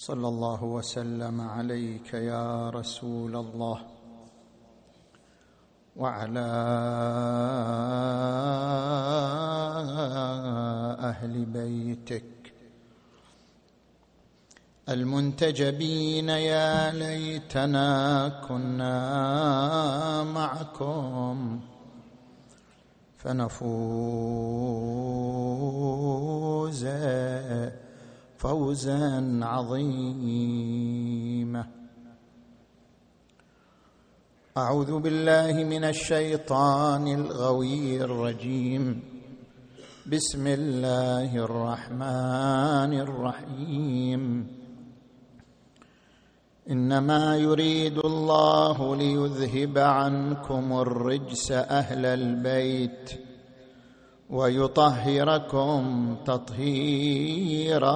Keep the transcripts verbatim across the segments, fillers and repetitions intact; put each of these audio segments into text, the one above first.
صلى الله وسلم عليك يا رسول الله وعلى أهل بيتك المنتجبين. يا ليتنا كنا معكم فنفوز فوزا عظيما. أعوذ بالله من الشيطان الغوي الرجيم. بسم الله الرحمن الرحيم. إنما يريد الله ليذهب عنكم الرجس أهل البيت ويطهركم تطهيرا.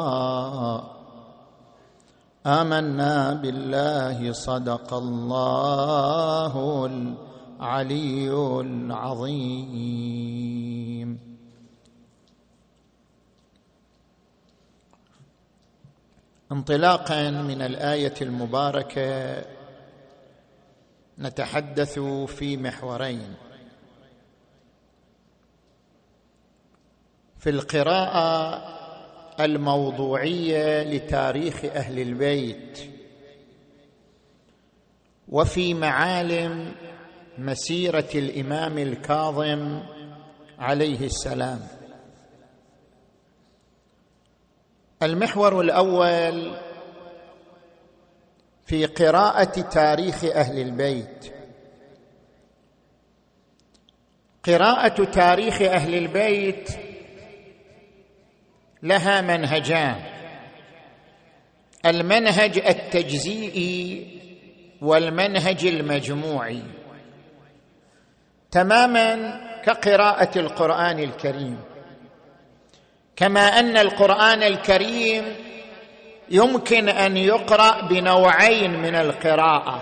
آمنا بالله صدق الله العلي العظيم. انطلاقا من الآية المباركة نتحدث في محورين. في القراءة الموضوعية لتاريخ أهل البيت، وفي معالم مسيرة الإمام الكاظم عليه السلام. المحور الأول في قراءة تاريخ أهل البيت. قراءة تاريخ أهل البيت لها منهجان: المنهج التجزئي والمنهج المجموعي، تماما كقراءة القرآن الكريم. كما أن القرآن الكريم يمكن أن يقرأ بنوعين من القراءة: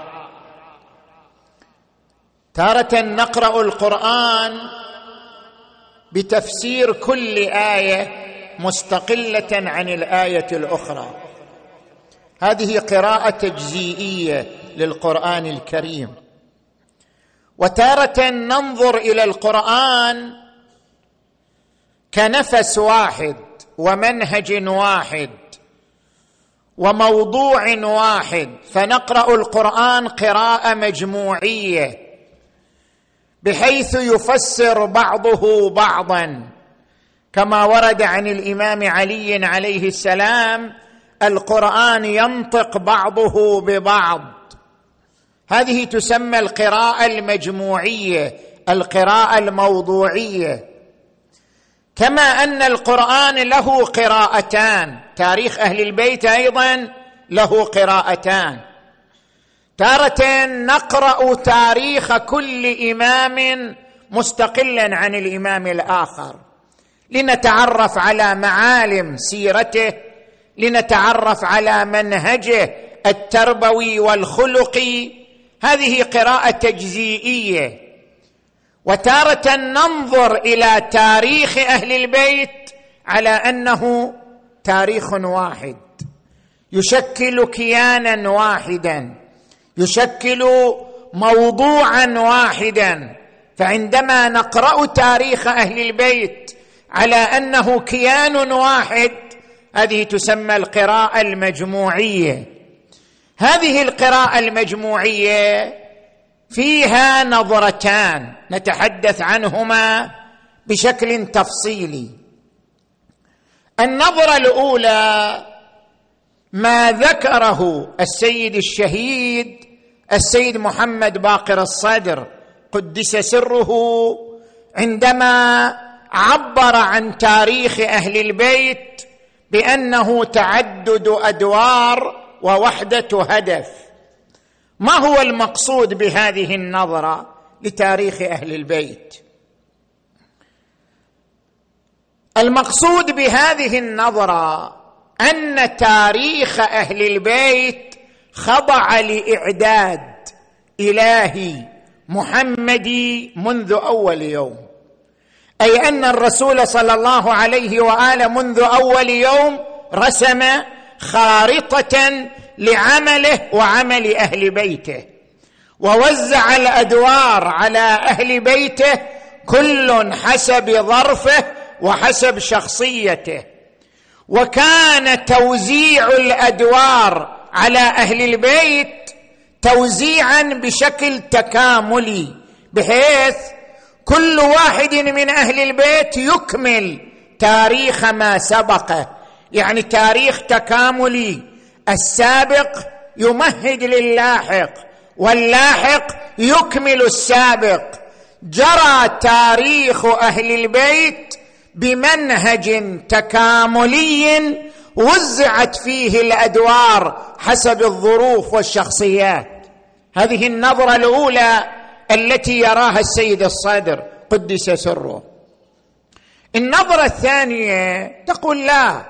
تارة نقرأ القرآن بتفسير كل آية مستقلة عن الآية الأخرى، هذه قراءة تجزئية للقرآن الكريم. وتارة ننظر إلى القرآن كنفس واحد ومنهج واحد وموضوع واحد، فنقرأ القرآن قراءة مجموعية بحيث يفسر بعضه بعضا، كما ورد عن الإمام علي عليه السلام: القرآن ينطق بعضه ببعض. هذه تسمى القراءة المجموعية، القراءة الموضوعية. كما أن القرآن له قراءتان، تاريخ أهل البيت أيضا له قراءتان. تارة نقرأ تاريخ كل إمام مستقلا عن الإمام الآخر لنتعرف على معالم سيرته، لنتعرف على منهجه التربوي والخلقي، هذه قراءة تجزئية. وتارة ننظر إلى تاريخ أهل البيت على أنه تاريخ واحد يشكل كيانا واحدا، يشكل موضوعا واحدا. فعندما نقرأ تاريخ أهل البيت على أنه كيان واحد، هذه تسمى القراءة المجموعية. هذه القراءة المجموعية فيها نظرتان نتحدث عنهما بشكل تفصيلي. النظرة الأولى ما ذكره السيد الشهيد السيد محمد باقر الصدر قدس سره عندما عبر عن تاريخ أهل البيت بأنه تعدد أدوار ووحدة هدف. ما هو المقصود بهذه النظرة لتاريخ أهل البيت؟ المقصود بهذه النظرة أن تاريخ أهل البيت خضع لإعداد إلهي محمدي منذ أول يوم، أي أن الرسول صلى الله عليه وآله منذ أول يوم رسم خارطة لعمله وعمل أهل بيته، ووزع الأدوار على أهل بيته كل حسب ظرفه وحسب شخصيته. وكان توزيع الأدوار على أهل البيت توزيعا بشكل تكاملي، بحيث كل واحد من أهل البيت يكمل تاريخ ما سبقه، يعني تاريخ تكاملي، السابق يمهد للاحق واللاحق يكمل السابق. جرى تاريخ أهل البيت بمنهج تكاملي وزعت فيه الأدوار حسب الظروف والشخصيات. هذه النظرة الأولى التي يراها السيد الصدر قدس سره. النظرة الثانية تقول لا،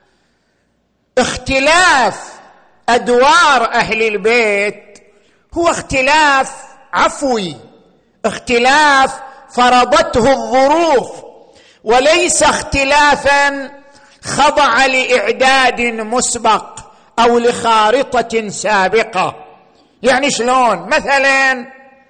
اختلاف أدوار أهل البيت هو اختلاف عفوي، اختلاف فرضته الظروف، وليس اختلافا خضع لإعداد مسبق أو لخارطة سابقة. يعني شلون؟ مثلا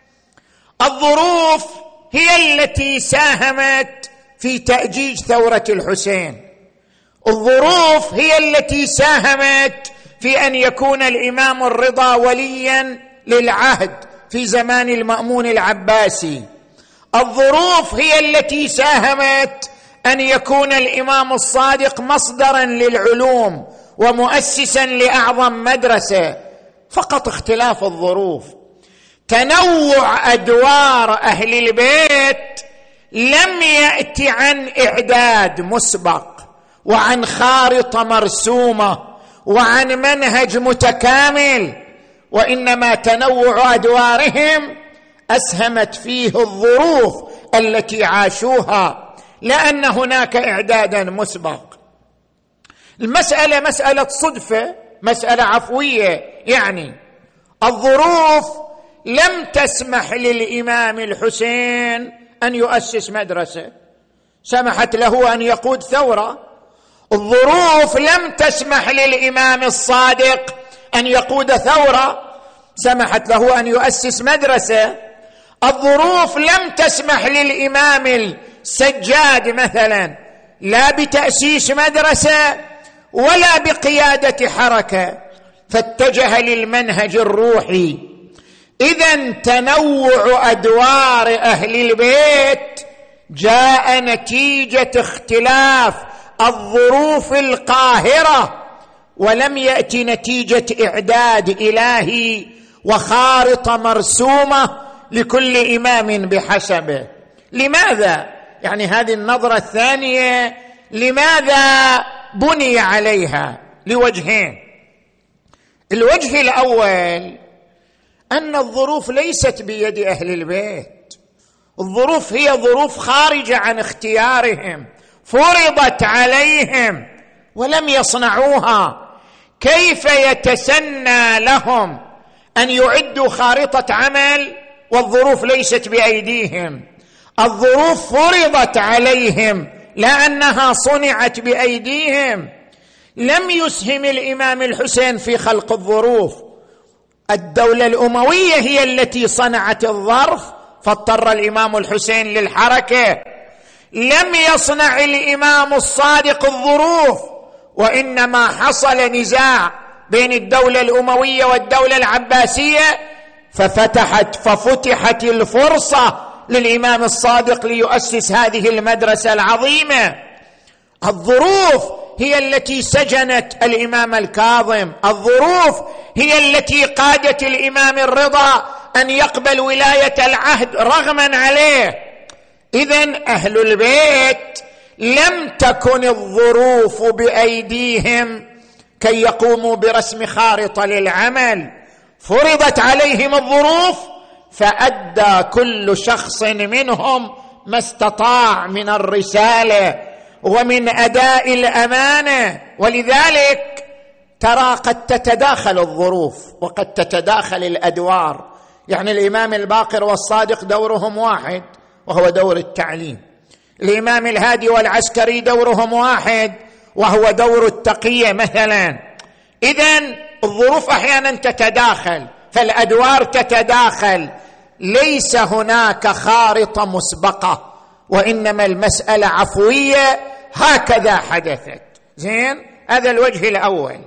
الظروف هي التي ساهمت في تأجيج ثورة الحسين، الظروف هي التي ساهمت في أن يكون الإمام الرضا وليا للعهد في زمان المأمون العباسي، الظروف هي التي ساهمت أن يكون الإمام الصادق مصدرا للعلوم ومؤسسا لأعظم مدرسة. فقط اختلاف الظروف. تنوع أدوار أهل البيت لم يأتي عن إعداد مسبق وعن خارطة مرسومة وعن منهج متكامل، وإنما تنوع أدوارهم أسهمت فيه الظروف التي عاشوها، لأن هناك إعدادا مسبق. المسألة مسألة صدفة، مسألة عفوية، يعني الظروف لم تسمح للإمام الحسين أن يؤسس مدرسة، سمحت له أن يقود ثورة. الظروف لم تسمح للإمام الصادق أن يقود ثورة، سمحت له أن يؤسس مدرسة. الظروف لم تسمح للإمام السجاد مثلا لا بتأسيس مدرسة ولا بقيادة حركة، فاتجه للمنهج الروحي. إذن تنوع أدوار أهل البيت جاء نتيجة اختلاف الظروف القاهرة، ولم يأتي نتيجة إعداد إلهي وخارطة مرسومة لكل إمام بحسبه. لماذا؟ يعني هذه النظرة الثانية لماذا بني عليها؟ لوجهين. الوجه الأول أن الظروف ليست بيد أهل البيت، الظروف هي ظروف خارجة عن اختيارهم، فرضت عليهم ولم يصنعوها. كيف يتسنى لهم أن يعدوا خارطة عمل والظروف ليست بأيديهم؟ الظروف فرضت عليهم لأنها صنعت بأيديهم. لم يسهم الإمام الحسين في خلق الظروف، الدولة الأموية هي التي صنعت الظرف فاضطر الإمام الحسين للحركة. لم يصنع الإمام الصادق الظروف، وإنما حصل نزاع بين الدولة الأموية والدولة العباسية ففتحت ففتحت الفرصة للإمام الصادق ليؤسس هذه المدرسة العظيمة. الظروف هي التي سجنت الإمام الكاظم، الظروف هي التي قادت الإمام الرضا أن يقبل ولاية العهد رغما عليه. إذن أهل البيت لم تكن الظروف بأيديهم كي يقوموا برسم خارطة للعمل، فرضت عليهم الظروف فأدى كل شخص منهم ما استطاع من الرسالة ومن أداء الأمانة. ولذلك ترى قد تتداخل الظروف وقد تتداخل الأدوار. يعني الإمام الباقر والصادق دورهم واحد وهو دور التعليم، الإمام الهادي والعسكري دورهم واحد وهو دور التقية مثلا، إذن الظروف أحيانا تتداخل، فالأدوار تتداخل، ليس هناك خارطة مسبقة، وإنما المسألة عفوية، هكذا حدثت. زين، هذا الوجه الأول.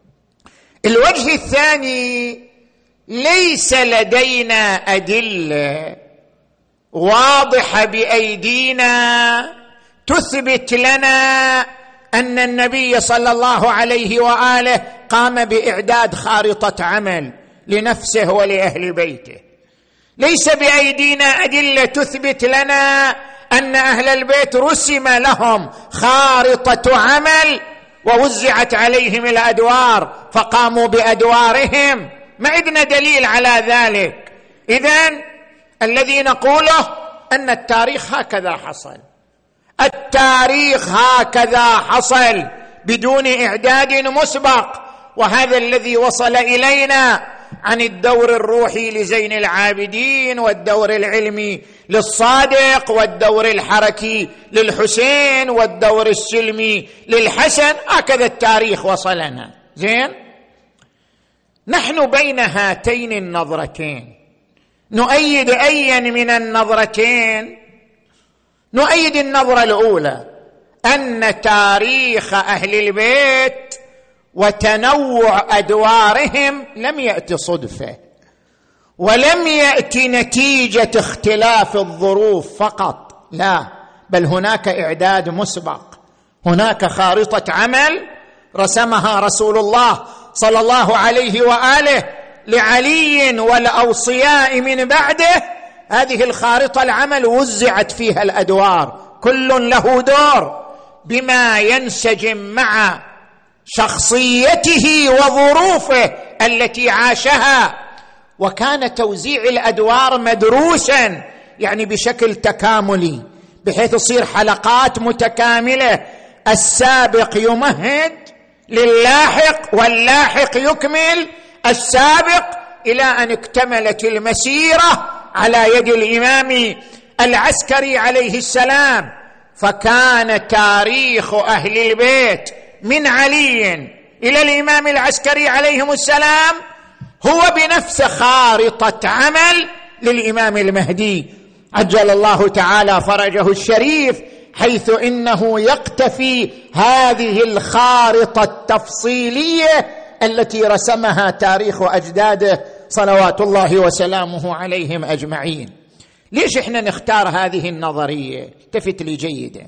الوجه الثاني، ليس لدينا أدلة واضحة بأيدينا تثبت لنا أن النبي صلى الله عليه وآله قام بإعداد خارطة عمل لنفسه ولأهل بيته. ليس بأيدينا أدلة تثبت لنا أن أهل البيت رسم لهم خارطة عمل ووزعت عليهم الأدوار فقاموا بأدوارهم، ما عندنا دليل على ذلك. إذن الذي نقوله أن التاريخ هكذا حصل، التاريخ هكذا حصل بدون إعداد مسبق، وهذا الذي وصل إلينا عن الدور الروحي لزين العابدين، والدور العلمي للصادق، والدور الحركي للحسين، والدور السلمي للحسن، هكذا التاريخ وصلنا. زين، نحن بين هاتين النظرتين نؤيد أيا من النظرتين. نؤيد النظرة الأولى، أن تاريخ أهل البيت وتنوع أدوارهم لم يأتي صدفة، ولم يأتي نتيجة اختلاف الظروف فقط، لا، بل هناك إعداد مسبق، هناك خارطة عمل رسمها رسول الله صلى الله عليه وآله لعلي والأوصياء من بعده. هذه الخارطة العمل وزعت فيها الأدوار، كل له دور بما ينسجم مع شخصيته وظروفه التي عاشها، وكان توزيع الأدوار مدروسا، يعني بشكل تكاملي، بحيث تصير حلقات متكاملة، السابق يمهد للاحق واللاحق يكمل السابق، إلى أن اكتملت المسيرة على يد الإمام العسكري عليه السلام. فكان تاريخ أهل البيت من علي إلى الإمام العسكري عليهم السلام هو بنفس خارطة عمل للإمام المهدي عجل الله تعالى فرجه الشريف، حيث إنه يقتفي هذه الخارطة التفصيلية التي رسمها تاريخ أجداده صلوات الله وسلامه عليهم أجمعين. ليش إحنا نختار هذه النظرية؟ التفت لي جيدا،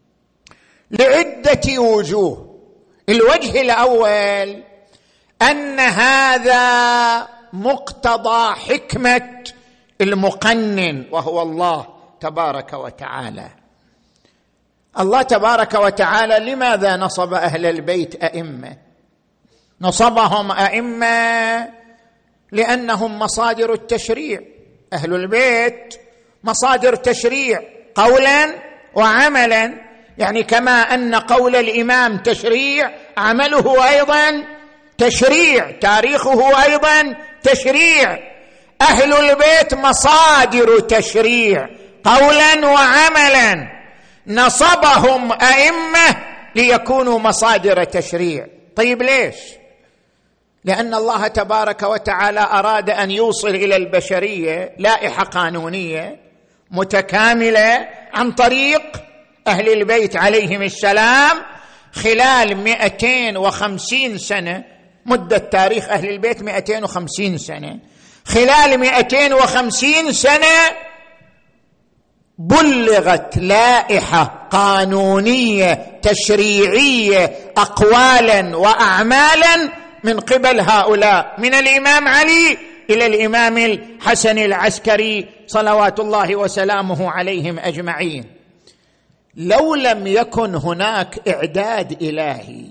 لعدة وجوه. الوجه الأول، أن هذا مقتضى حكمة المقنن وهو الله تبارك وتعالى. الله تبارك وتعالى لماذا نصب أهل البيت أئمة؟ نصبهم أئمة لأنهم مصادر التشريع. أهل البيت مصادر تشريع قولا وعملا، يعني كما أن قول الإمام تشريع، عمله أيضا تشريع، تاريخه أيضا تشريع. أهل البيت مصادر تشريع قولا وعملا، نصبهم أئمة ليكونوا مصادر تشريع. طيب ليش؟ لأن الله تبارك وتعالى أراد أن يوصل إلى البشرية لائحة قانونية متكاملة عن طريق أهل البيت عليهم السلام خلال مئتين وخمسين سنة. مدة تاريخ أهل البيت مئتين وخمسين سنة. خلال مئتين وخمسين سنة بلغت لائحة قانونية تشريعية أقوالا وأعمالا من قبل هؤلاء، من الإمام علي إلى الإمام الحسن العسكري صلوات الله وسلامه عليهم أجمعين. لو لم يكن هناك إعداد إلهي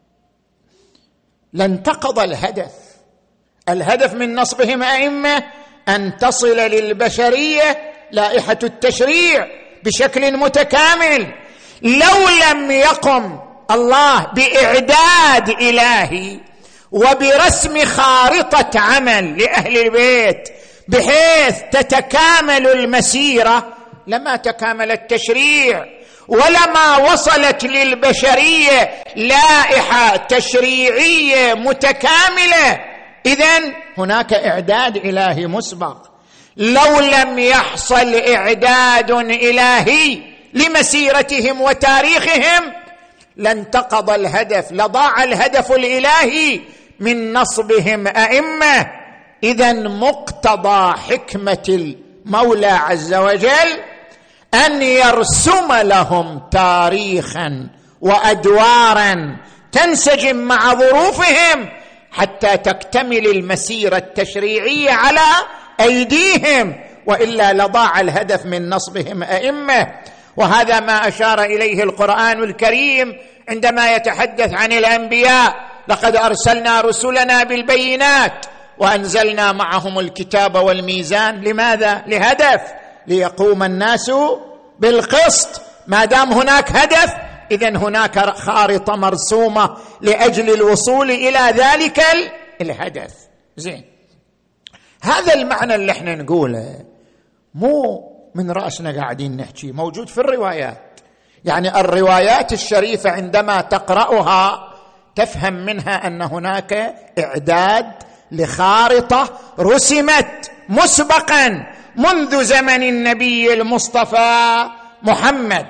لانتقض الهدف. الهدف من نصبهم أئمة أن تصل للبشرية لائحة التشريع بشكل متكامل. لو لم يقم الله بإعداد إلهي وبرسم خارطة عمل لأهل البيت بحيث تتكامل المسيرة، لما تكامل التشريع. ولما وصلت للبشرية لائحة تشريعية متكاملة، إذن هناك إعداد إلهي مسبق. لو لم يحصل إعداد إلهي لمسيرتهم وتاريخهم لانتقض الهدف، لضاع الهدف الإلهي من نصبهم أئمة. إذن مقتضى حكمة المولى عز وجل أن يرسم لهم تاريخا وأدوارا تنسجم مع ظروفهم حتى تكتمل المسيرة التشريعية على أيديهم، وإلا لضاع الهدف من نصبهم أئمة. وهذا ما أشار إليه القرآن الكريم عندما يتحدث عن الأنبياء: لقد أرسلنا رسلنا بالبينات وأنزلنا معهم الكتاب والميزان. لماذا؟ لهدف، ليقوم الناس بالقسط. ما دام هناك هدف إذن هناك خارطة مرسومة لأجل الوصول إلى ذلك الهدف. زين، هذا المعنى اللي احنا نقوله مو من رأسنا قاعدين نحكي، موجود في الروايات. يعني الروايات الشريفة عندما تقرأها تفهم منها أن هناك إعداد لخارطة رسمت مسبقا منذ زمن النبي المصطفى محمد.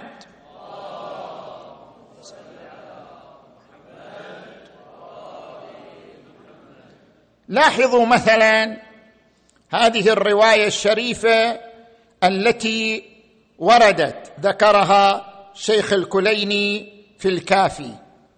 لاحظوا مثلا هذه الرواية الشريفة التي وردت ذكرها شيخ الكليني في الكافي: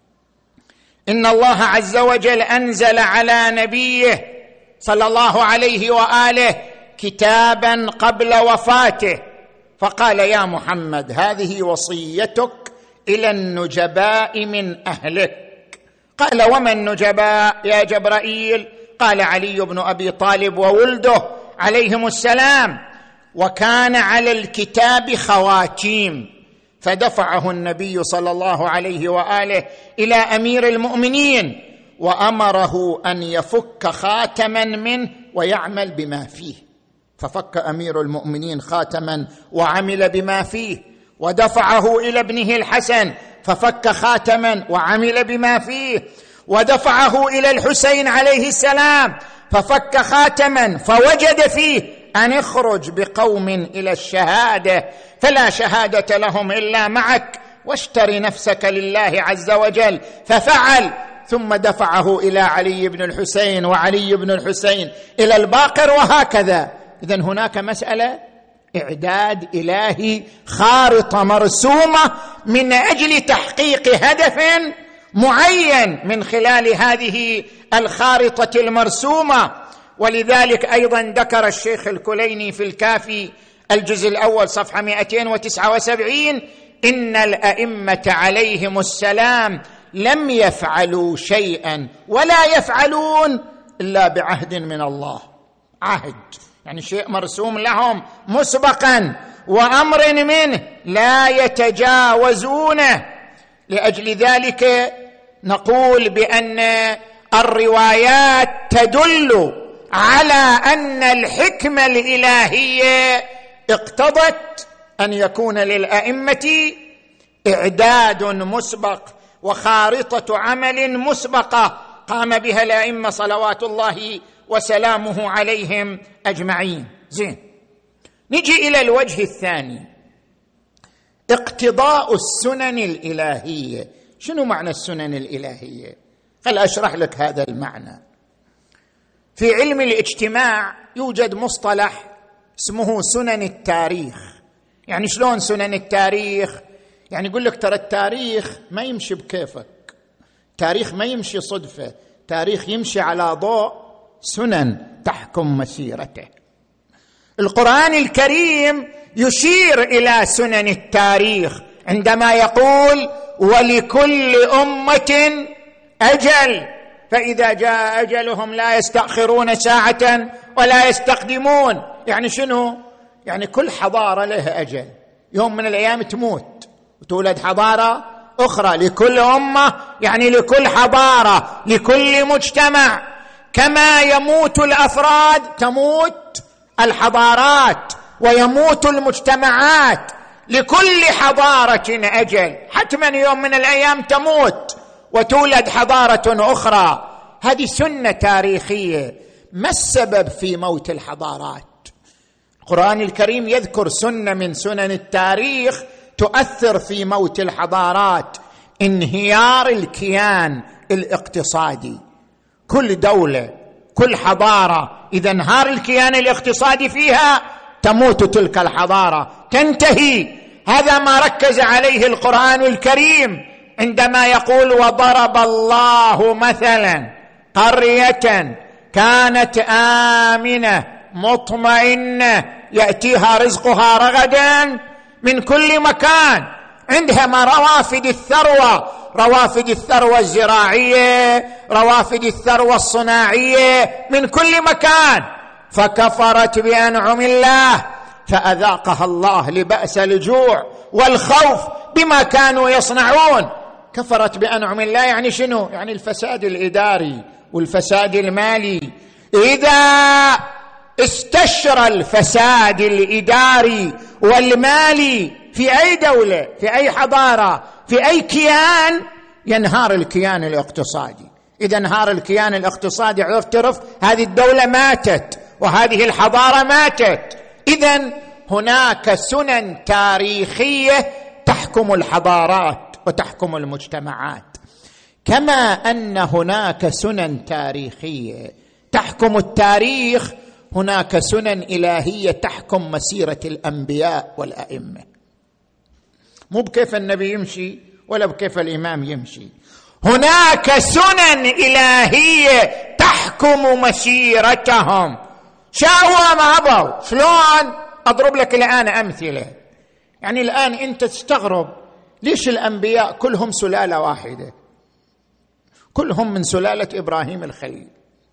إن الله عز وجل أنزل على نبيه صلى الله عليه وآله كتابا قبل وفاته، فقال: يا محمد، هذه وصيتك إلى النجباء من أهلك. قال: وما النجباء يا جبرائيل؟ قال: علي بن أبي طالب وولده عليهم السلام. وكان على الكتاب خواتيم، فدفعه النبي صلى الله عليه وآله إلى أمير المؤمنين وأمره أن يفك خاتما منه ويعمل بما فيه، ففك أمير المؤمنين خاتما وعمل بما فيه، ودفعه إلى ابنه الحسن ففك خاتما وعمل بما فيه، ودفعه إلى الحسين عليه السلام ففك خاتما فوجد فيه أن اخرج بقوم إلى الشهادة فلا شهادة لهم إلا معك، واشتر نفسك لله عز وجل، ففعل. ثم دفعه إلى علي بن الحسين، وعلي بن الحسين إلى الباقر، وهكذا. إذن هناك مسألة إعداد إلهي، خارطة مرسومة من أجل تحقيق هدف معين من خلال هذه الخارطة المرسومة. ولذلك أيضا ذكر الشيخ الكليني في الكافي الجزء الأول صفحة مئتين وتسعة وسبعين: إن الأئمة عليهم السلام لم يفعلوا شيئا ولا يفعلون إلا بعهد من الله. عهد يعني شيء مرسوم لهم مسبقا، وأمر منه لا يتجاوزونه. لأجل ذلك نقول بأن الروايات تدل على أن الحكمة الإلهية اقتضت أن يكون للأئمة إعداد مسبق وخارطة عمل مسبقة قام بها الأئمة صلوات الله وسلامه عليهم أجمعين. زين، نجي إلى الوجه الثاني: اقتضاء السنن الإلهية. شنو معنى السنن الإلهية؟ خل أشرح لك هذا المعنى. في علم الاجتماع يوجد مصطلح اسمه سنن التاريخ. يعني شلون سنن التاريخ؟ يعني يقول لك ترى التاريخ ما يمشي بكيفك، تاريخ ما يمشي صدفة، تاريخ يمشي على ضوء سنن تحكم مسيرته. القرآن الكريم يشير إلى سنن التاريخ عندما يقول: ولكل أمة أجل فإذا جاء أجلهم لا يستأخرون ساعة ولا يستقدمون. يعني شنو؟ يعني كل حضارة لها أجل، يوم من الأيام تموت وتولد حضارة أخرى. لكل أمة يعني لكل حضارة، لكل مجتمع. كما يموت الأفراد تموت الحضارات ويموت المجتمعات، لكل حضارة أجل، حتما يوم من الأيام تموت وتولد حضارة أخرى. هذه سنة تاريخية. ما السبب في موت الحضارات؟ القرآن الكريم يذكر سنة من سنن التاريخ تؤثر في موت الحضارات: انهيار الكيان الاقتصادي. كل دولة، كل حضارة إذا انهار الكيان الاقتصادي فيها تموت تلك الحضارة، تنتهي. هذا ما ركز عليه القرآن الكريم عندما يقول: وضرب الله مثلا قرية كانت آمنة مطمئنة يأتيها رزقها رغدا من كل مكان، عندها روافد الثروة، روافد الثروة الزراعية، روافد الثروة الصناعية، من كل مكان، فكفرت بأنعم الله فأذاقها الله لبأس الجوع والخوف بما كانوا يصنعون. كفرت بأنعم الله يعني شنو؟ يعني الفساد الإداري والفساد المالي. إذا استشرى الفساد الإداري والمالي في أي دولة، في أي حضارة، في أي كيان، ينهار الكيان الاقتصادي. إذا انهار الكيان الاقتصادي اعترف هذه الدولة ماتت وهذه الحضارة ماتت. إذن هناك سنن تاريخية تحكم الحضارات وتحكم المجتمعات، كما أن هناك سنن تاريخية تحكم التاريخ، هناك سنن إلهية تحكم مسيرة الأنبياء والأئمة. مو بكيف النبي يمشي ولا بكيف الإمام يمشي، هناك سنن إلهية تحكم مسيرتهم، شاءوا ما أبوا. شلون؟ أضرب لك الآن أمثلة. يعني الآن أنت تستغرب ليش الأنبياء كلهم سلالة واحدة، كلهم من سلالة إبراهيم الخليل،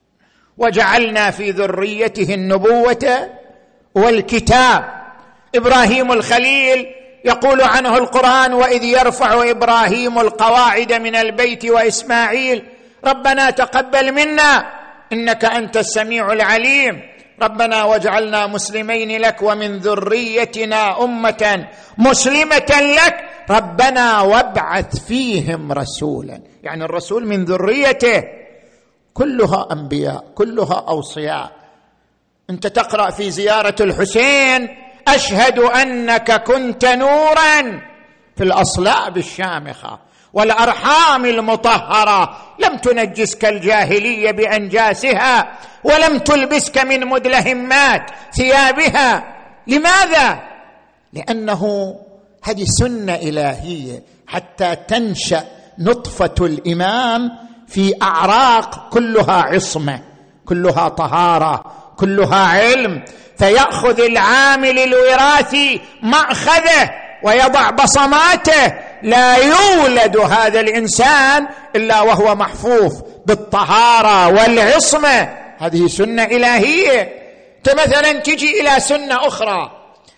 وجعلنا في ذريته النبوة والكتاب. إبراهيم الخليل يقول عنه القرآن: وإذ يرفع إبراهيم القواعد من البيت وإسماعيل ربنا تقبل منا إنك أنت السميع العليم، ربنا واجعلنا مسلمين لك ومن ذريتنا أمة مسلمة لك ربنا وابعث فيهم رسولا. يعني الرسول من ذريته، كلها أنبياء، كلها أوصياء. أنت تقرأ في زيارة الحسين: أشهد أنك كنت نورا في الأصلاب الشامخة والأرحام المطهرة، لم تنجسك الجاهلية بأنجاسها ولم تلبسك من مدلهمات ثيابها. لماذا؟ لأنه هذه سنة إلهية حتى تنشأ نطفة الإمام في أعراق كلها عصمة، كلها طهارة، كلها علم، فيأخذ العامل الوراثي مأخذه ويضع بصماته. لا يولد هذا الإنسان إلا وهو محفوظ بالطهارة والعصمة. هذه سنة إلهية. مثلا تجي إلى سنة أخرى: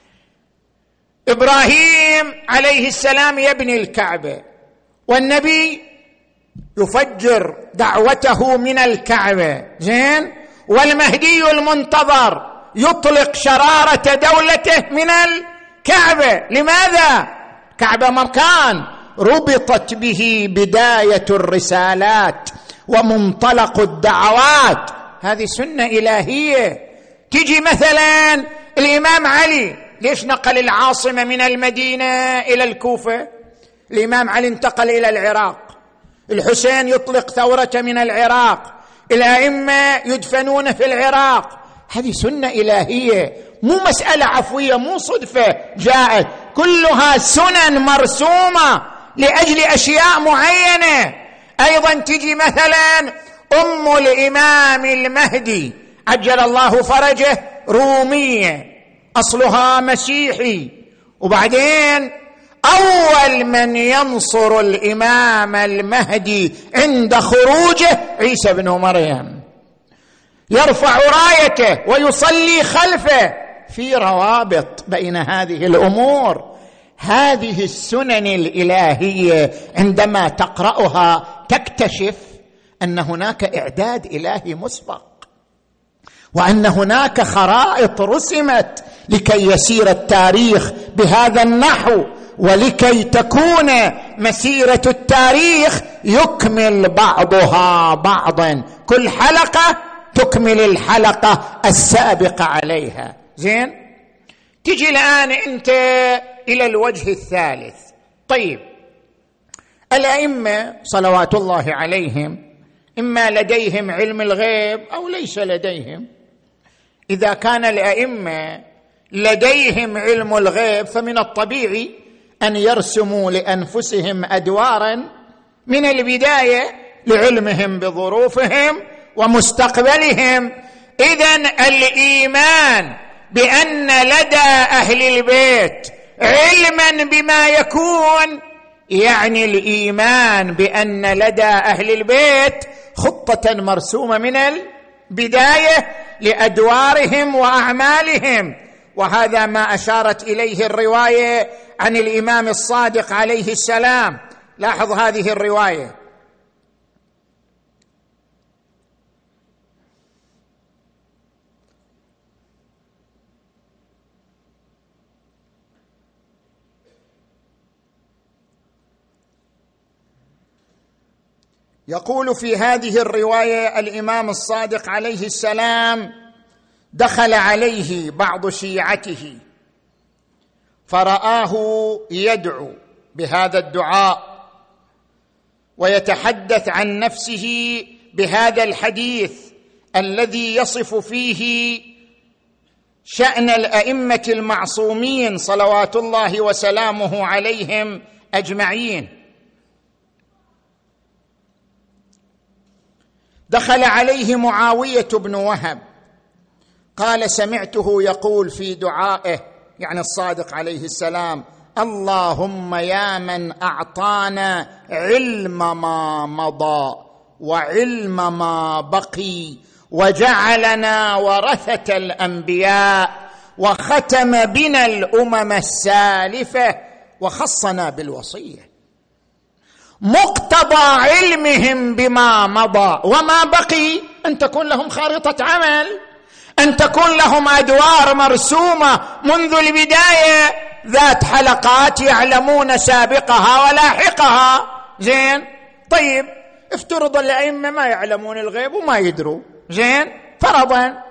إبراهيم عليه السلام يبني الكعبة، والنبي يفجر دعوته من الكعبة، زين، والمهدي المنتظر يطلق شرارة دولته من الكعبة. لماذا؟ كعبة مكان ربطت به بداية الرسالات ومنطلق الدعوات. هذه سنة إلهية. تجي مثلا الإمام علي، ليش نقل العاصمة من المدينة إلى الكوفة؟ الإمام علي انتقل إلى العراق، الحسين يطلق ثورة من العراق، الأئمة يدفنون في العراق. هذه سنة إلهية، مو مسألة عفوية، مو صدفة جاءت، كلها سنن مرسومة لأجل أشياء معينة. أيضا تجي مثلا أم الإمام المهدي عجل الله فرجه رومية، أصلها مسيحي، وبعدين أول من ينصر الإمام المهدي عند خروجه عيسى بن مريم، يرفع رايته ويصلي خلفه. في روابط بين هذه الأمور. هذه السنن الإلهية عندما تقرأها تكتشف أن هناك إعداد إلهي مسبق، وأن هناك خرائط رسمت لكي يسير التاريخ بهذا النحو، ولكي تكون مسيرة التاريخ يكمل بعضها بعضا، كل حلقة تكمل الحلقة السابقة عليها. زين، تجي الآن أنت إلى الوجه الثالث. طيب، الأئمة صلوات الله عليهم إما لديهم علم الغيب أو ليس لديهم. إذا كان الأئمة لديهم علم الغيب فمن الطبيعي أن يرسموا لأنفسهم أدوارا من البداية لعلمهم بظروفهم ومستقبلهم. إذن الإيمان بأن لدى أهل البيت علما بما يكون يعني الإيمان بأن لدى أهل البيت خطة مرسومة من البداية لأدوارهم وأعمالهم. وهذا ما أشارت إليه الرواية عن الإمام الصادق عليه السلام. لاحظ هذه الرواية: يقول في هذه الرواية الإمام الصادق عليه السلام: دخل عليه بعض شيعته فرآه يدعو بهذا الدعاء ويتحدث عن نفسه بهذا الحديث الذي يصف فيه شأن الأئمة المعصومين صلوات الله وسلامه عليهم أجمعين. دخل عليه معاوية بن وهب قال: سمعته يقول في دعائه، يعني الصادق عليه السلام: اللهم يا من أعطانا علم ما مضى وعلم ما بقي وجعلنا ورثة الأنبياء وختم بنا الأمم السالفة وخصنا بالوصية. مقتضى علمهم بما مضى وما بقي أن تكون لهم خارطة عمل، أن تكون لهم أدوار مرسومة منذ البداية ذات حلقات يعلمون سابقها ولاحقها. زين، طيب، افترض الأئمة ما يعلمون الغيب وما يدروا. زين، فرضا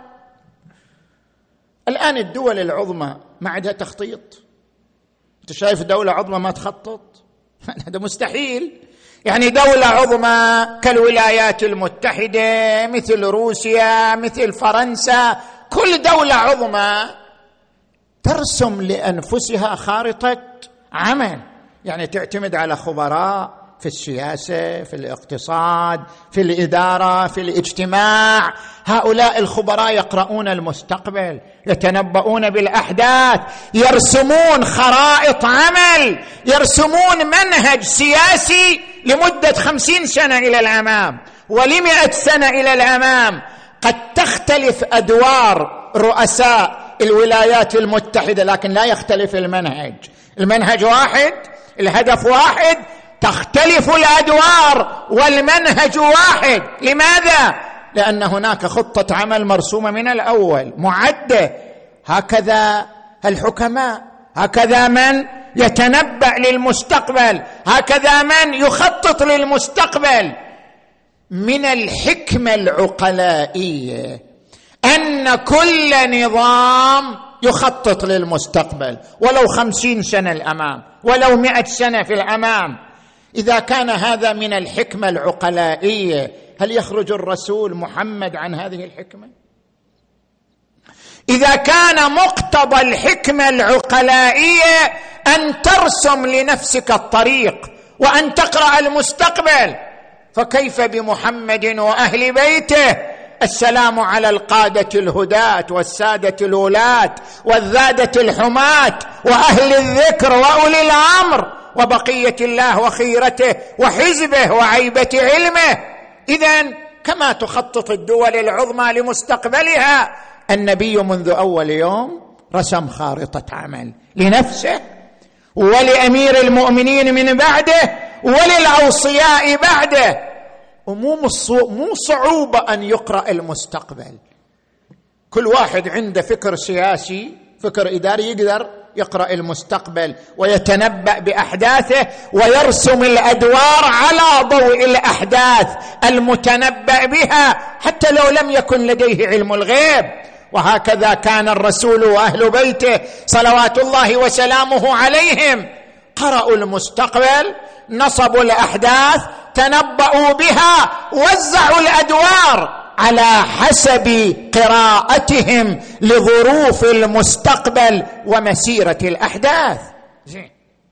الآن الدول العظمى ما عندها تخطيط. أنت شايف دولة عظمى ما تخطط؟ هذا مستحيل. يعني دولة عظمى كالولايات المتحدة، مثل روسيا، مثل فرنسا، كل دولة عظمى ترسم لأنفسها خارطة عمل، يعني تعتمد على خبراء في السياسة، في الاقتصاد، في الإدارة، في الاجتماع. هؤلاء الخبراء يقرؤون المستقبل، يتنبؤون بالأحداث، يرسمون خرائط عمل، يرسمون منهج سياسي لمدة خمسين سنة إلى الأمام ولمئة سنة إلى الأمام. قد تختلف أدوار رؤساء الولايات المتحدة لكن لا يختلف المنهج. المنهج واحد، الهدف واحد، تختلف الأدوار والمنهج واحد. لماذا؟ لأن هناك خطة عمل مرسومة من الأول معدة. هكذا الحكماء، هكذا من يتنبأ للمستقبل، هكذا من يخطط للمستقبل. من الحكمة العقلائية أن كل نظام يخطط للمستقبل ولو خمسين سنة الأمام، ولو مئة سنة في الأمام. إذا كان هذا من الحكمة العقلائية، هل يخرج الرسول محمد عن هذه الحكمة؟ إذا كان مقتضى الحكمة العقلائية أن ترسم لنفسك الطريق وأن تقرأ المستقبل، فكيف بمحمد وأهل بيته؟ السلام على القادة الهداة والسادة الولاة والذادة الحماة وأهل الذكر وأولي الأمر وبقية الله وخيرته وحزبه وعيبة علمه. إذن كما تخطط الدول العظمى لمستقبلها، النبي منذ أول يوم رسم خارطة عمل لنفسه ولأمير المؤمنين من بعده وللأوصياء بعده. ومو مو صعوبة أن يقرأ المستقبل. كل واحد عنده فكر سياسي فكر إداري يقدر يقرأ المستقبل ويتنبأ بأحداثه ويرسم الأدوار على ضوء الأحداث المتنبأ بها حتى لو لم يكن لديه علم الغيب. وهكذا كان الرسول وأهل بيته صلوات الله وسلامه عليهم، قرأوا المستقبل، نصبوا الأحداث، تنبأوا بها، وزعوا الأدوار على حسب قراءتهم لظروف المستقبل ومسيرة الأحداث. زين.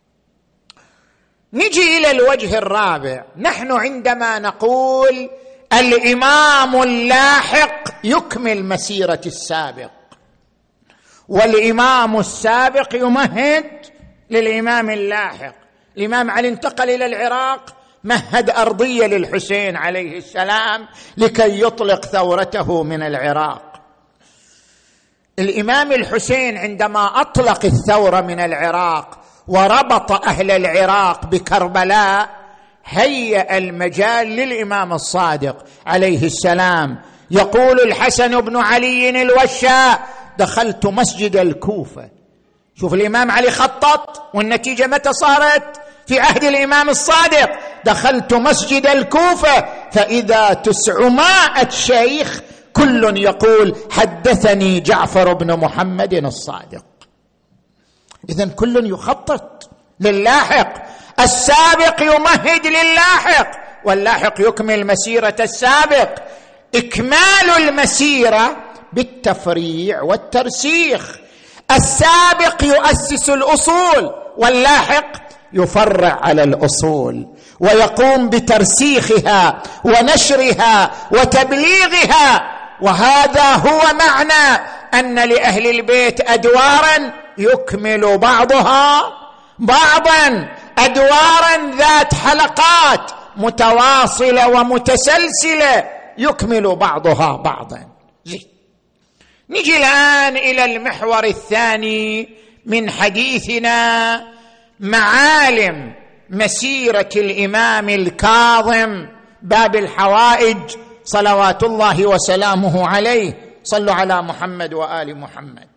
نجي إلى الوجه الرابع. نحن عندما نقول الإمام اللاحق يكمل مسيرة السابق، والإمام السابق يمهد للإمام اللاحق. الإمام علي انتقل إلى العراق، مهد أرضية للحسين عليه السلام لكي يطلق ثورته من العراق. الإمام الحسين عندما أطلق الثورة من العراق وربط أهل العراق بكربلاء، هيأ المجال للإمام الصادق عليه السلام. يقول الحسن بن علي الوشاء: دخلت مسجد الكوفة. شوف الإمام علي خطط، والنتيجة متى صارت؟ في عهد الإمام الصادق. دخلت مسجد الكوفة فإذا تسعمائة شيخ كل يقول حدثني جعفر بن محمد الصادق. إذن كل يخطط للاحق، السابق يمهد للاحق، واللاحق يكمل مسيرة السابق. إكمال المسيرة بالتفريع والترسيخ. السابق يؤسس الأصول، واللاحق يفرع على الأصول ويقوم بترسيخها ونشرها وتبليغها. وهذا هو معنى أن لأهل البيت أدوارا يكمل بعضها بعضا، أدوارا ذات حلقات متواصلة ومتسلسلة يكمل بعضها بعضا. نجي الآن إلى المحور الثاني من حديثنا، معالم مسيرة الإمام الكاظم، باب الحوائج صلوات الله وسلامه عليه. صلوا على محمد وآل محمد.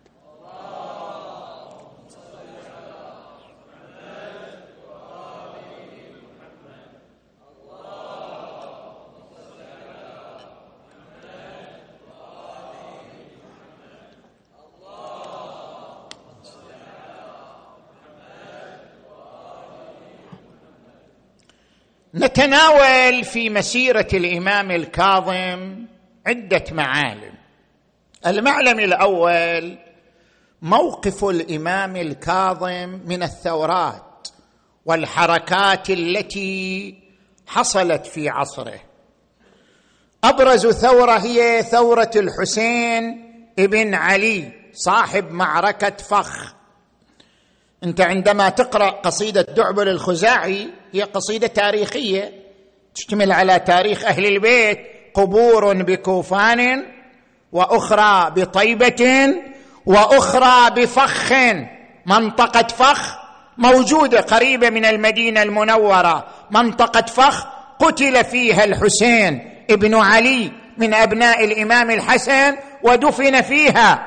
نتناول في مسيرة الإمام الكاظم عدة معالم. المعلم الأول موقف الإمام الكاظم من الثورات والحركات التي حصلت في عصره. أبرز ثورة هي ثورة الحسين ابن علي صاحب معركة فخ. أنت عندما تقرأ قصيدة دعبل الخزاعي، هي قصيدة تاريخية تشتمل على تاريخ أهل البيت. قبور بكوفان وأخرى بطيبة وأخرى بفخ. منطقة فخ موجودة قريبة من المدينة المنورة، منطقة فخ قتل فيها الحسين ابن علي من أبناء الإمام الحسن ودفن فيها.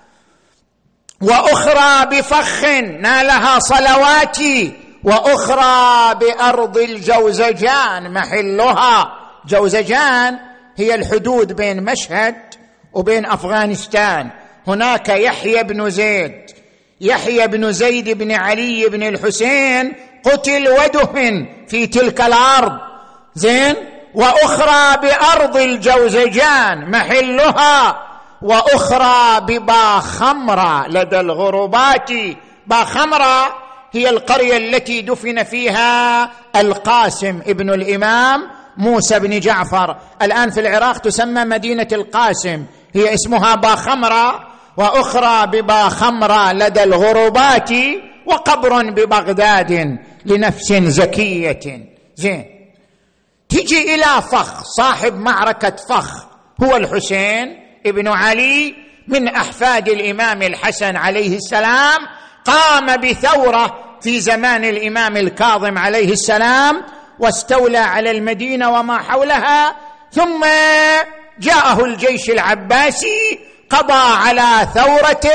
وأخرى بفخ نالها صلواتي، وأخرى بأرض الجوزجان محلها. جوزجان هي الحدود بين مشهد وبين أفغانستان. هناك يحيى بن زيد يحيى بن زيد بن علي بن الحسين قتل ودفن في تلك الأرض. زين. وأخرى بأرض الجوزجان محلها، وأخرى بباخمرة لدى الغربات. باخمرة هي القرية التي دفن فيها القاسم ابن الإمام موسى بن جعفر، الآن في العراق تسمى مدينة القاسم، هي اسمها باخمرة. وأخرى بباخمرة لدى الغربات، وقبر ببغداد لنفس زكية. زين. تجي إلى فخ، صاحب معركة فخ هو الحسين ابن علي من أحفاد الإمام الحسن عليه السلام. قام بثورة في زمان الإمام الكاظم عليه السلام واستولى على المدينة وما حولها، ثم جاءه الجيش العباسي قضى على ثورته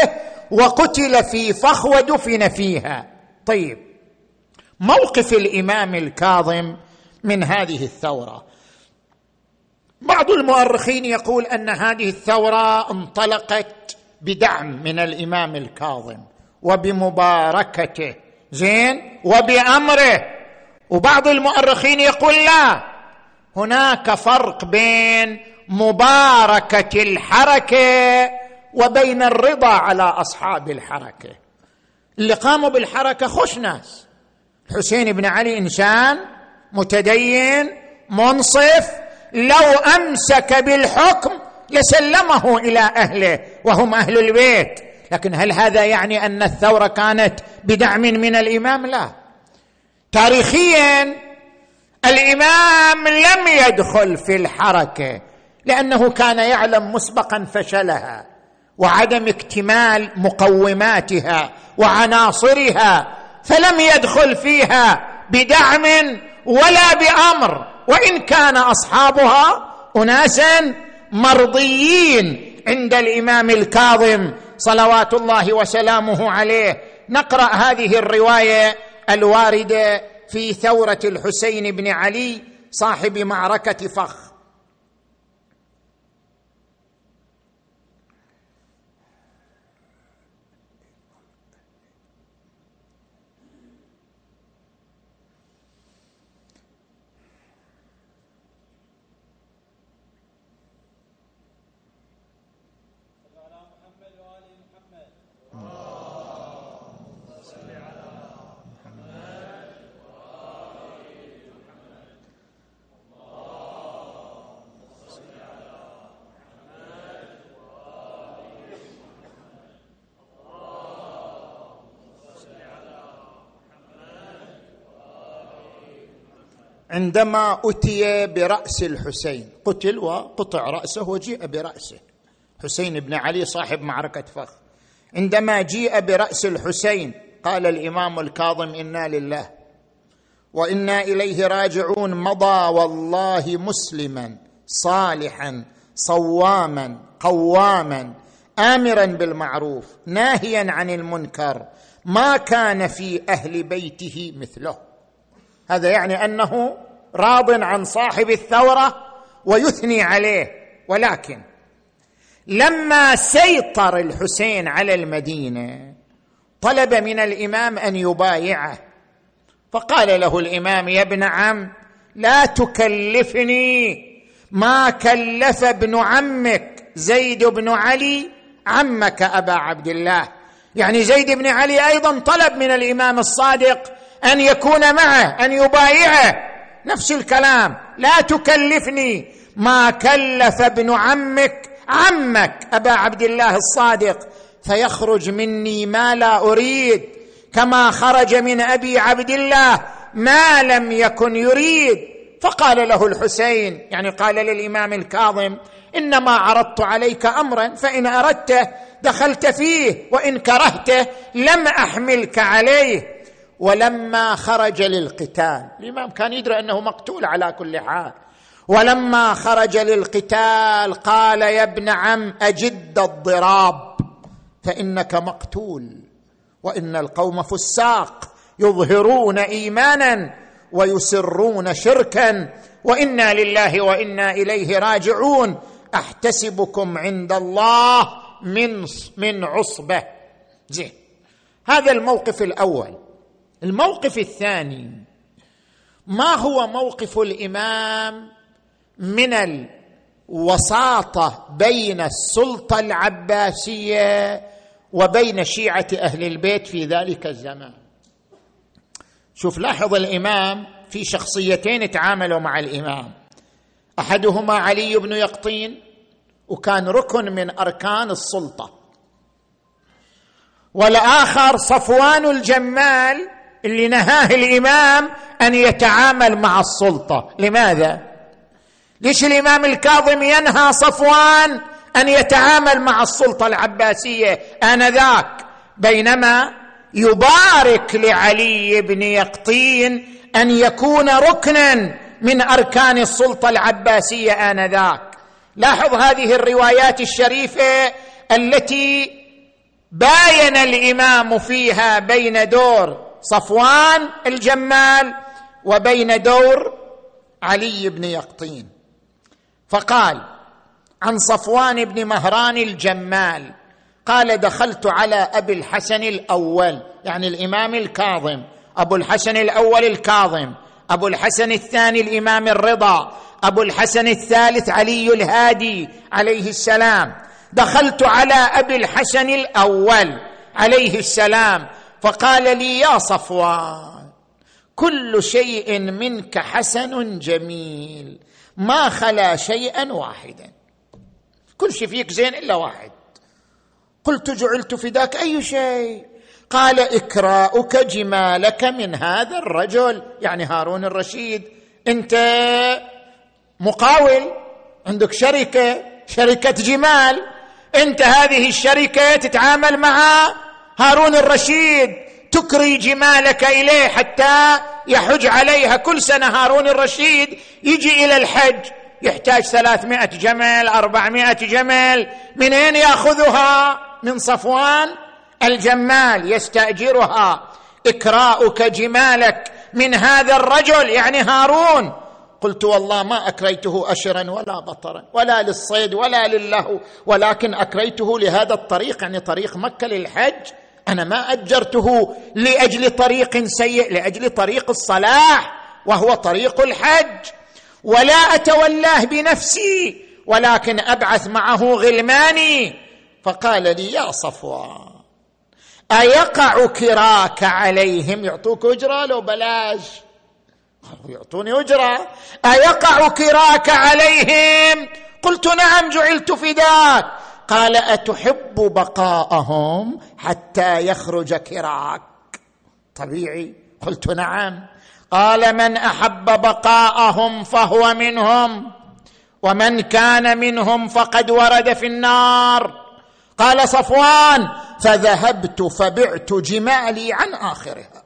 وقتل في فخ ودفن فيها. طيب، موقف الإمام الكاظم من هذه الثورة. بعض المؤرخين يقول أن هذه الثورة انطلقت بدعم من الإمام الكاظم وبمباركته، زين، وبأمره. وبعض المؤرخين يقول لا، هناك فرق بين مباركة الحركة وبين الرضا على أصحاب الحركة. اللي قاموا بالحركة خوش ناس، الحسين بن علي إنسان متدين منصف، لو أمسك بالحكم لسلمه إلى أهله وهم أهل البيت. لكن هل هذا يعني أن الثورة كانت بدعم من الإمام؟ لا. تاريخيا الإمام لم يدخل في الحركة لأنه كان يعلم مسبقا فشلها وعدم اكتمال مقوماتها وعناصرها، فلم يدخل فيها بدعم ولا بأمر، وإن كان أصحابها أناسا مرضيين عند الإمام الكاظم صلوات الله وسلامه عليه. نقرأ هذه الرواية الواردة في ثورة الحسين بن علي صاحب معركة فخ. عندما أتي برأس الحسين، قتل وقطع رأسه وجيء برأسه، حسين بن علي صاحب معركة فخ، عندما جيء برأس الحسين قال الإمام الكاظم: إنا لله وإنا إليه راجعون، مضى والله مسلما صالحا صواما قواما آمرا بالمعروف ناهيا عن المنكر، ما كان في أهل بيته مثله. هذا يعني أنه راض عن صاحب الثورة ويثني عليه. ولكن لما سيطر الحسين على المدينة طلب من الإمام أن يبايعه، فقال له الإمام: يا ابن عم، لا تكلفني ما كلف ابن عمك زيد بن علي عمك أبا عبد الله. يعني زيد بن علي أيضا طلب من الإمام الصادق أن يكون معه، أن يبايعه، نفس الكلام: لا تكلفني ما كلف ابن عمك عمك أبا عبد الله الصادق، فيخرج مني ما لا أريد، كما خرج من أبي عبد الله ما لم يكن يريد. فقال له الحسين، يعني قال للإمام الكاظم: إنما عرضت عليك أمرا، فإن أردته دخلت فيه، وإن كرهته لم أحملك عليه. ولما خرج للقتال، الإمام كان يدري أنه مقتول على كل حال، ولما خرج للقتال قال: يا ابن عم، أجد الضراب فإنك مقتول، وإن القوم فساق يظهرون إيمانا ويسرون شركا، وإنا لله وإنا إليه راجعون، أحتسبكم عند الله من من عصبة. زين، هذا الموقف الأول. الموقف الثاني: ما هو موقف الإمام من الوساطة بين السلطة العباسية وبين شيعة أهل البيت في ذلك الزمان؟ شوف، لاحظ الإمام في شخصيتين تعاملوا مع الإمام، أحدهما علي بن يقطين، وكان ركن من أركان السلطة، والآخر صفوان الجمال اللي نهاه الإمام أن يتعامل مع السلطة. لماذا؟ ليش الإمام الكاظم ينهى صفوان أن يتعامل مع السلطة العباسية آنذاك، بينما يبارك لعلي بن يقطين أن يكون ركنا من أركان السلطة العباسية آنذاك؟ لاحظ هذه الروايات الشريفة التي باين الإمام فيها بين دور صفوان الجمال وبين دور علي بن يقطين. فقال عن صفوان بن مهران الجمال قال دخلت على أبي الحسن الأول، يعني الإمام الكاظم، أبو الحسن الأول الكاظم، أبو الحسن الثاني الإمام الرضا، أبو الحسن الثالث علي الهادي عليه السلام. دخلت على أبي الحسن الأول عليه السلام فقال لي يا صفوان كل شيء منك حسن جميل ما خلا شيئا واحدا، كل شيء فيك زين إلا واحد. قلت جعلت فداك أي شيء؟ قال إكراؤك جمالك من هذا الرجل، يعني هارون الرشيد. أنت مقاول، عندك شركة شركة جمال، أنت هذه الشركة تتعامل مع هارون الرشيد، تكري جمالك إليه حتى يحج عليها كل سنة. هارون الرشيد يجي إلى الحج يحتاج ثلاثمائة جمل، أربعمائة جمل، من أين يأخذها؟ من صفوان الجمال يستأجرها. إكراؤك جمالك من هذا الرجل يعني هارون. قلت والله ما أكريته أشرا ولا بطرا ولا للصيد ولا للهو، ولكن أكريته لهذا الطريق، يعني طريق مكة للحج. أنا ما أجرته لأجل طريق سيء، لأجل طريق الصلاح وهو طريق الحج. ولا أتولاه بنفسي ولكن أبعث معه غلماني. فقال لي يا صفوان أيقع كراك عليهم؟ يعطوك أجرة لو بلاش؟ يعطوني أجرة. أيقع كراك عليهم؟ قلت نعم جعلت فداك. قال أتحب بقاءهم حتى يخرج كراك؟ طبيعي. قلت نعم. قال من أحب بقاءهم فهو منهم، ومن كان منهم فقد ورد في النار. قال صفوان فذهبت فبعت جمالي عن آخرها.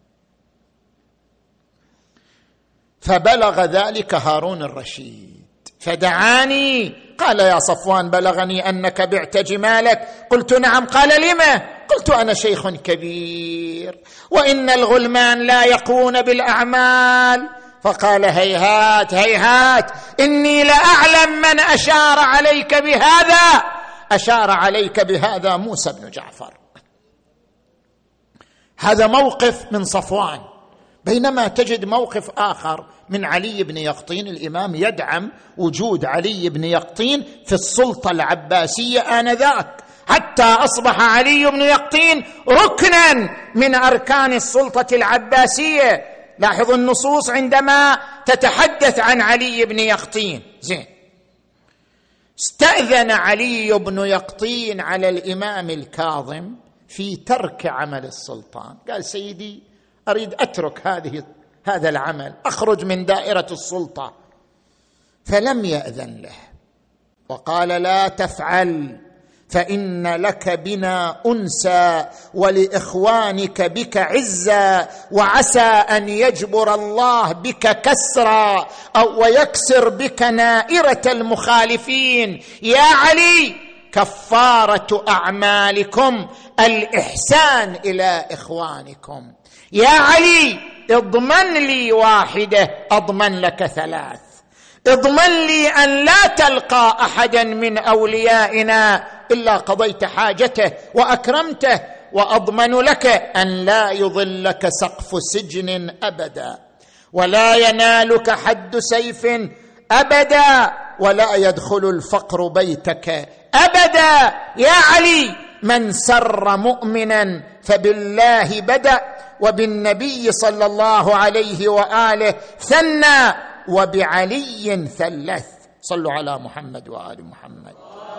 فبلغ ذلك هارون الرشيد فدعاني قال يا صفوان بلغني أنك بعت جمالك. قلت نعم. قال لما؟ قلت أنا شيخ كبير وإن الغلمان لا يقوون بالأعمال. فقال هيهات هيهات إني لأعلم من أشار عليك بهذا. أشار عليك بهذا موسى بن جعفر. هذا موقف من صفوان. بينما تجد موقف آخر من علي بن يقطين. الإمام يدعم وجود علي بن يقطين في السلطة العباسية آنذاك، حتى أصبح علي بن يقطين ركنا من أركان السلطة العباسية. لاحظوا النصوص عندما تتحدث عن علي بن يقطين. زين. استأذن علي بن يقطين على الإمام الكاظم في ترك عمل السلطان. قال سيدي أريد أترك هذه هذا العمل، أخرج من دائرة السلطة. فلم يأذن له وقال لا تفعل فإن لك بنا أنسا ولإخوانك بك عزا، وعسى أن يجبر الله بك كسرا أو ويكسر بك نائرة المخالفين. يا علي كفارة أعمالكم الإحسان إلى إخوانكم. يا علي اضمن لي واحدة أضمن لك ثلاث. اضمن لي أن لا تلقى أحدا من أوليائنا إلا قضيت حاجته وأكرمته، وأضمن لك أن لا يظلك سقف سجن أبدا، ولا ينالك حد سيف أبدا، ولا يدخل الفقر بيتك أبدا. يا علي من سر مؤمنا فبالله بدأ، وبالنبي صلى الله عليه وآله ثنى، وبعلي ثلث. صلوا على محمد وآل محمد.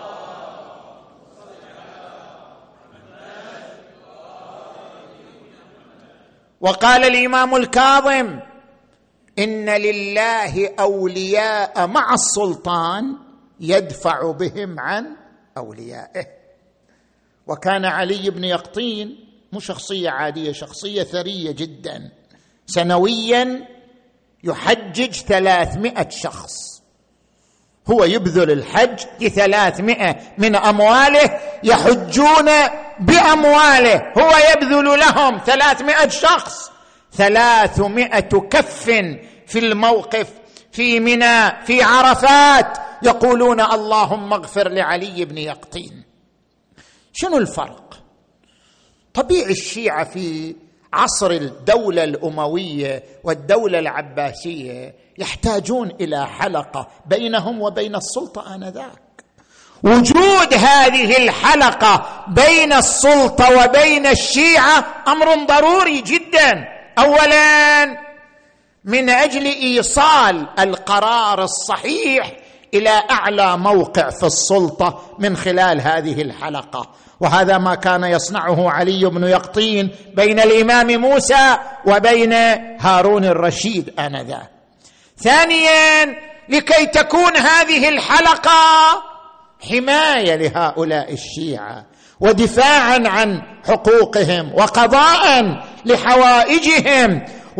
وقال الإمام الكاظم إن لله أولياء مع السلطان يدفع بهم عن أوليائه. وكان علي بن يقطين مو شخصية عادية، شخصية ثرية جدا. سنويا يحجج ثلاثمائة شخص، هو يبذل الحج بثلاثمائة من أمواله، يحجون بأمواله، هو يبذل لهم ثلاثمائة شخص، ثلاثمائة كف في الموقف في منى في عرفات يقولون اللهم اغفر لعلي بن يقطين. شنو الفرق؟ طبيعي الشيعة في عصر الدولة الأموية والدولة العباسية يحتاجون إلى حلقة بينهم وبين السلطة آنذاك. وجود هذه الحلقة بين السلطة وبين الشيعة أمر ضروري جدا. أولا من أجل إيصال القرار الصحيح إلى أعلى موقع في السلطة من خلال هذه الحلقة، وهذا ما كان يصنعه علي بن يقطين بين الإمام موسى وبين هارون الرشيد آنذاك. ثانيا لكي تكون هذه الحلقة حماية لهؤلاء الشيعة ودفاعا عن حقوقهم وقضاء لحوائجهم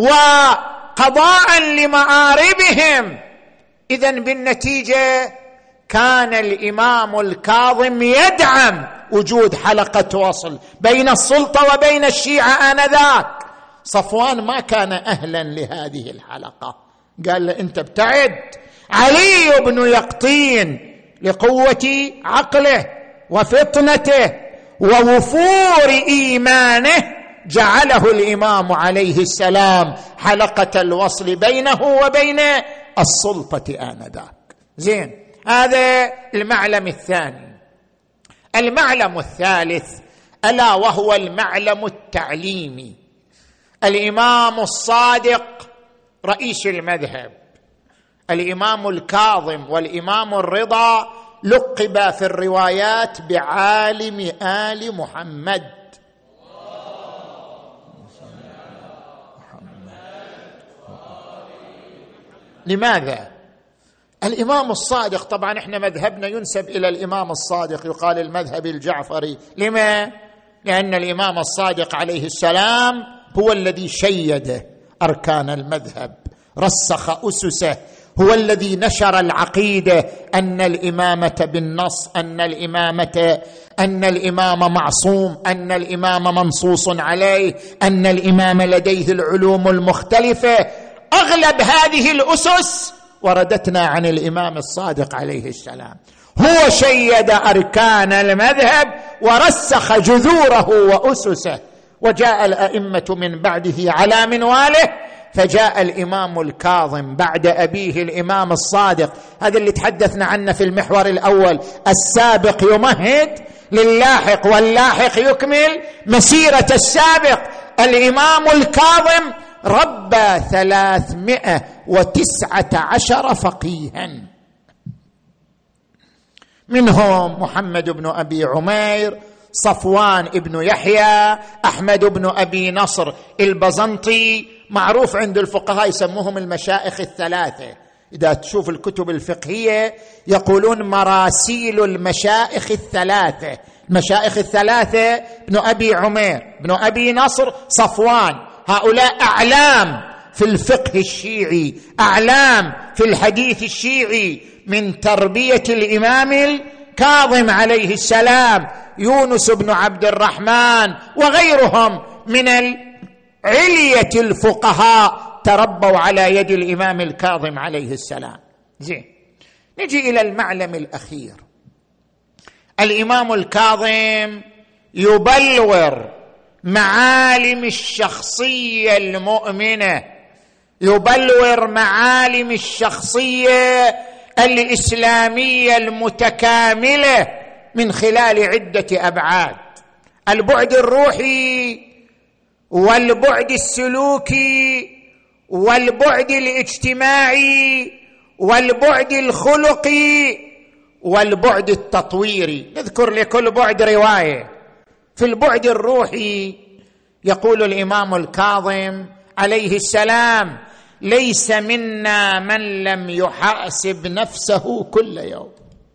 وقضاء لمآربهم. إذن بالنتيجة كان الإمام الكاظم يدعم وجود حلقة وصل بين السلطة وبين الشيعة آنذاك. صفوان ما كان أهلا لهذه الحلقة، قال له أنت ابتعد. علي بن يقطين لقوة عقله وفطنته ووفور إيمانه جعله الإمام عليه السلام حلقة الوصل بينه وبين السلطة آنذاك. زين، هذا المعلم الثاني. المعلم الثالث ألا وهو المعلم التعليمي. الإمام الصادق رئيس المذهب، الإمام الكاظم والإمام الرضا لقب في الروايات بعالم آل محمد. لماذا؟ الإمام الصادق، طبعا احنا مذهبنا ينسب إلى الإمام الصادق، يقال المذهب الجعفري. لما؟ لأن الإمام الصادق عليه السلام هو الذي شيد أركان المذهب، رسخ أسسه، هو الذي نشر العقيدة أن الإمامة بالنص، أن الإمامة أن الإمام معصوم، أن الإمام منصوص عليه، أن الإمام لديه العلوم المختلفة. أغلب هذه الأسس وردتنا عن الإمام الصادق عليه السلام. هو شيد أركان المذهب ورسخ جذوره وأسسه، وجاء الأئمة من بعده على منواله، فجاء الإمام الكاظم بعد أبيه الإمام الصادق. هذا اللي تحدثنا عنه في المحور الأول، السابق يمهد للاحق واللاحق يكمل مسيرة السابق. الإمام الكاظم ربى ثلاثمائة وتسعة عشر فقيها، منهم محمد بن أبي عمير، صفوان بن يحيى، أحمد بن أبي نصر البزنطي، معروف عند الفقهاء يسموهم المشائخ الثلاثة. إذا تشوف الكتب الفقهية يقولون مراسيل المشائخ الثلاثة. المشائخ الثلاثة ابن أبي عمير، ابن أبي نصر، صفوان، هؤلاء أعلام في الفقه الشيعي، أعلام في الحديث الشيعي من تربية الإمام الكاظم عليه السلام. يونس بن عبد الرحمن وغيرهم من علية الفقهاء تربوا على يد الإمام الكاظم عليه السلام. زين، نجي إلى المعلم الأخير. الإمام الكاظم يبلور معالم الشخصية المؤمنة، يبلور معالم الشخصية الإسلامية المتكاملة من خلال عدة أبعاد: البعد الروحي والبعد السلوكي والبعد الاجتماعي والبعد الخلقي والبعد التطويري. نذكر لكل بعد رواية. في البعد الروحي يقول الإمام الكاظم عليه السلام: ليس منا من لم يحاسب نفسه كل يوم.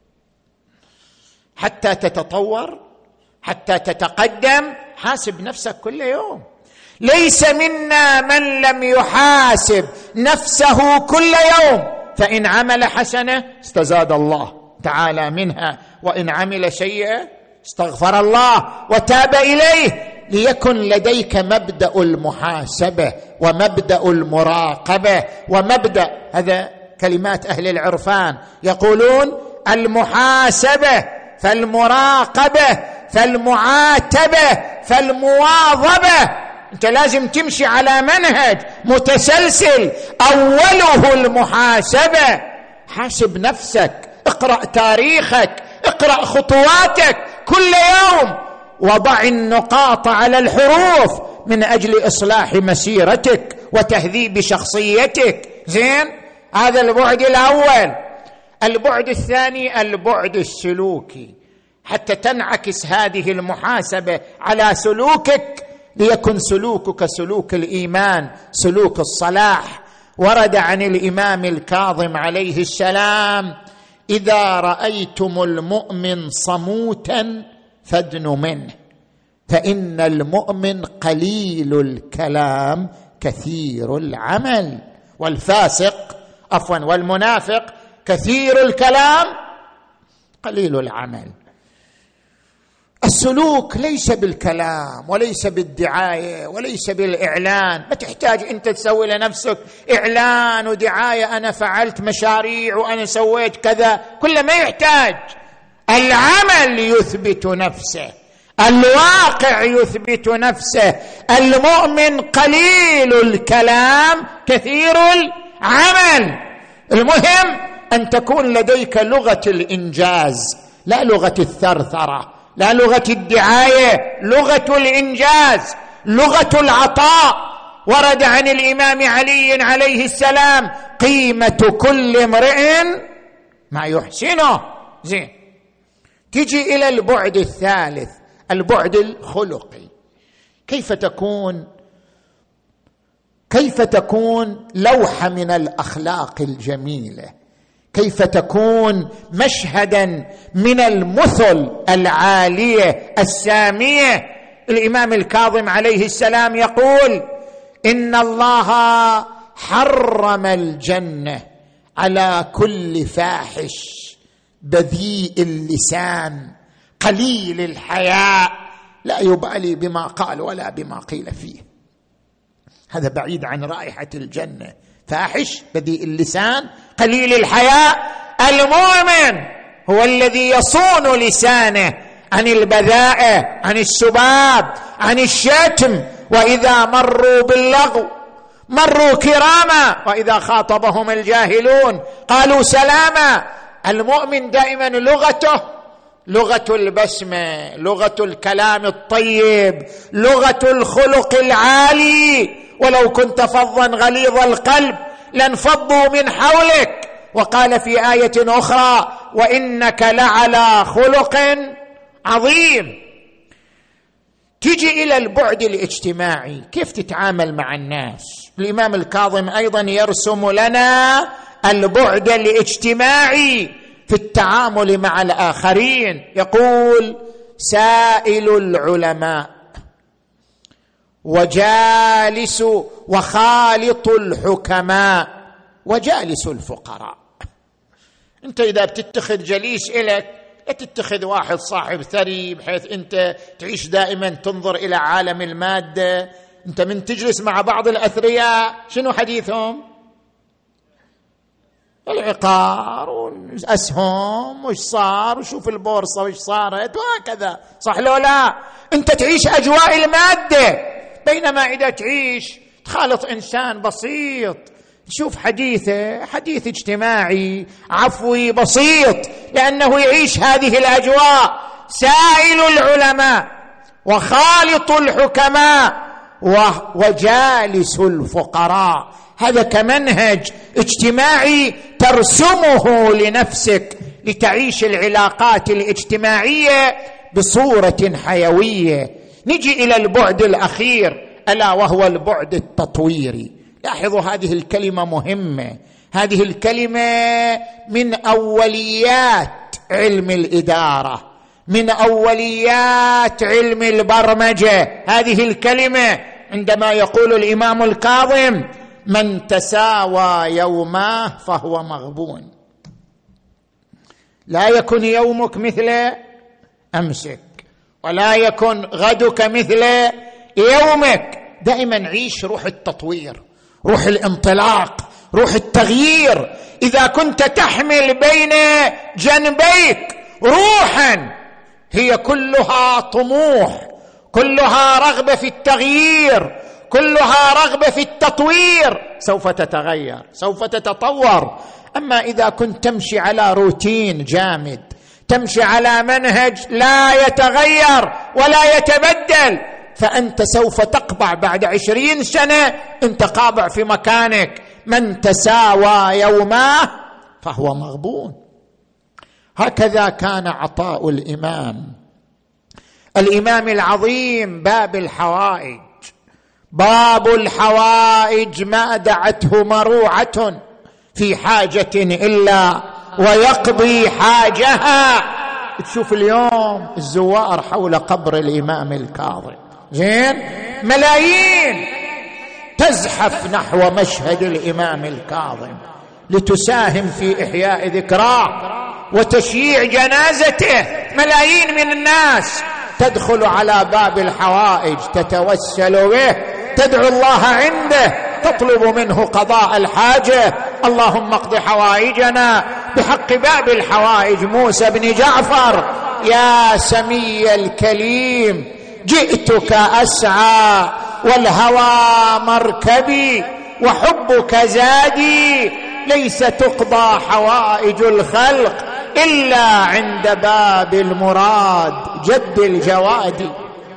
حتى تتطور، حتى تتقدم، حاسب نفسك كل يوم. ليس منا من لم يحاسب نفسه كل يوم، فإن عمل حسنة استزاد الله تعالى منها، وإن عمل سيئة استغفر الله وتاب إليه. ليكن لديك مبدأ المحاسبة ومبدأ المراقبة ومبدأ، هذا كلمات أهل العرفان، يقولون المحاسبة فالمراقبة فالمعاتبة فالمواظبة. أنت لازم تمشي على منهج متسلسل، أوله المحاسبة، حاسب نفسك، اقرأ تاريخك، اقرأ خطواتك كل يوم، وضع النقاط على الحروف من أجل إصلاح مسيرتك وتهذيب شخصيتك. زين، هذا البعد الأول. البعد الثاني البعد السلوكي، حتى تنعكس هذه المحاسبة على سلوكك، ليكن سلوكك سلوك الإيمان، سلوك الصلاح. ورد عن الإمام الكاظم عليه السلام: إذا رأيتم المؤمن صموتا فادنوا منه، فإن المؤمن قليل الكلام كثير العمل. والفاسق عفوا والمنافق كثير الكلام قليل العمل. السلوك ليس بالكلام وليس بالدعاية وليس بالإعلان. ما تحتاج أنت تسوي لنفسك إعلان ودعاية، أنا فعلت مشاريع وأنا سويت كذا، كل ما يحتاج. العمل يثبت نفسه، الواقع يثبت نفسه. المؤمن قليل الكلام كثير العمل. المهم أن تكون لديك لغة الإنجاز، لا لغة الثرثرة، لا لغة الدعاية، لغة الإنجاز، لغة العطاء. ورد عن الإمام علي عليه السلام: قيمة كل امرئ ما يحسنه. زين، تجي إلى البعد الثالث، البعد الخلقي. كيف تكون كيف تكون لوحة من الأخلاق الجميلة، كيف تكون مشهدا من المثل العالية السامية. الإمام الكاظم عليه السلام يقول: إن الله حرم الجنة على كل فاحش بذيء اللسان قليل الحياء لا يبالي بما قال ولا بما قيل فيه. هذا بعيد عن رائحة الجنة. فاحش بذيء اللسان قليل الحياء. المؤمن هو الذي يصون لسانه عن البذاءة، عن السباب، عن الشتم. وإذا مروا باللغو مروا كراما، وإذا خاطبهم الجاهلون قالوا سلاما. المؤمن دائما لغته لغة البسمة، لغة الكلام الطيب، لغة الخلق العالي. ولو كنت فظا غليظ القلب لانفضوا من حولك. وقال في آية أخرى: وإنك لعلى خلق عظيم. تجي إلى البعد الاجتماعي، كيف تتعامل مع الناس. الإمام الكاظم أيضا يرسم لنا البعد الاجتماعي في التعامل مع الآخرين. يقول: سائل العلماء وجالس وخالط الحكماء وجالس الفقراء. أنت إذا بتتخذ جليس إلك لا تتخذ واحد صاحب ثري بحيث أنت تعيش دائما تنظر إلى عالم المادة. أنت من تجلس مع بعض الأثرياء شنو حديثهم؟ العقار والأسهم وش صار وشوف البورصة وش صارت وهكذا، صح لو لا؟ أنت تعيش أجواء المادة. بينما إذا تعيش تخالط إنسان بسيط تشوف حديثه حديث اجتماعي عفوي بسيط، لأنه يعيش هذه الأجواء. سائل العلماء وخالط الحكماء وجالس الفقراء. هذا كمنهج اجتماعي ترسمه لنفسك لتعيش العلاقات الاجتماعية بصورة حيوية. نجي إلى البعد الأخير ألا وهو البعد التطويري. لاحظوا هذه الكلمة مهمة. هذه الكلمة من أوليات علم الإدارة، من أوليات علم البرمجة. هذه الكلمة عندما يقول الإمام الكاظم: من تساوى يوماه فهو مغبون. لا يكن يومك مثل أمسك، ولا يكن غدك مثل يومك. دائما عيش روح التطوير، روح الانطلاق، روح التغيير. إذا كنت تحمل بين جنبيك روحا هي كلها طموح، كلها رغبة في التغيير، كلها رغبة في التطوير، سوف تتغير، سوف تتطور. أما إذا كنت تمشي على روتين جامد، تمشي على منهج لا يتغير ولا يتبدل، فأنت سوف تقبع بعد عشرين سنة أنت قابع في مكانك. من تساوى يوماه فهو مغبون. هكذا كان عطاء الإمام الإمام العظيم. باب الحوائج، باب الحوائج ما دعته مروعة في حاجة إلا ويقضي حاجها. تشوف اليوم الزوار حول قبر الإمام الكاظم، زين، ملايين تزحف نحو مشهد الإمام الكاظم لتساهم في إحياء ذكراه وتشييع جنازته. ملايين من الناس تدخل على باب الحوائج، تتوسل به، تدعو الله عنده، تطلب منه قضاء الحاجة. اللهم اقض حوائجنا بحق باب الحوائج موسى بن جعفر. يا سمي الكليم جئتك أسعى والهوى مركبي وحبك زادي، ليس تقضى حوائج الخلق إلا عند باب المراد جد الجواد.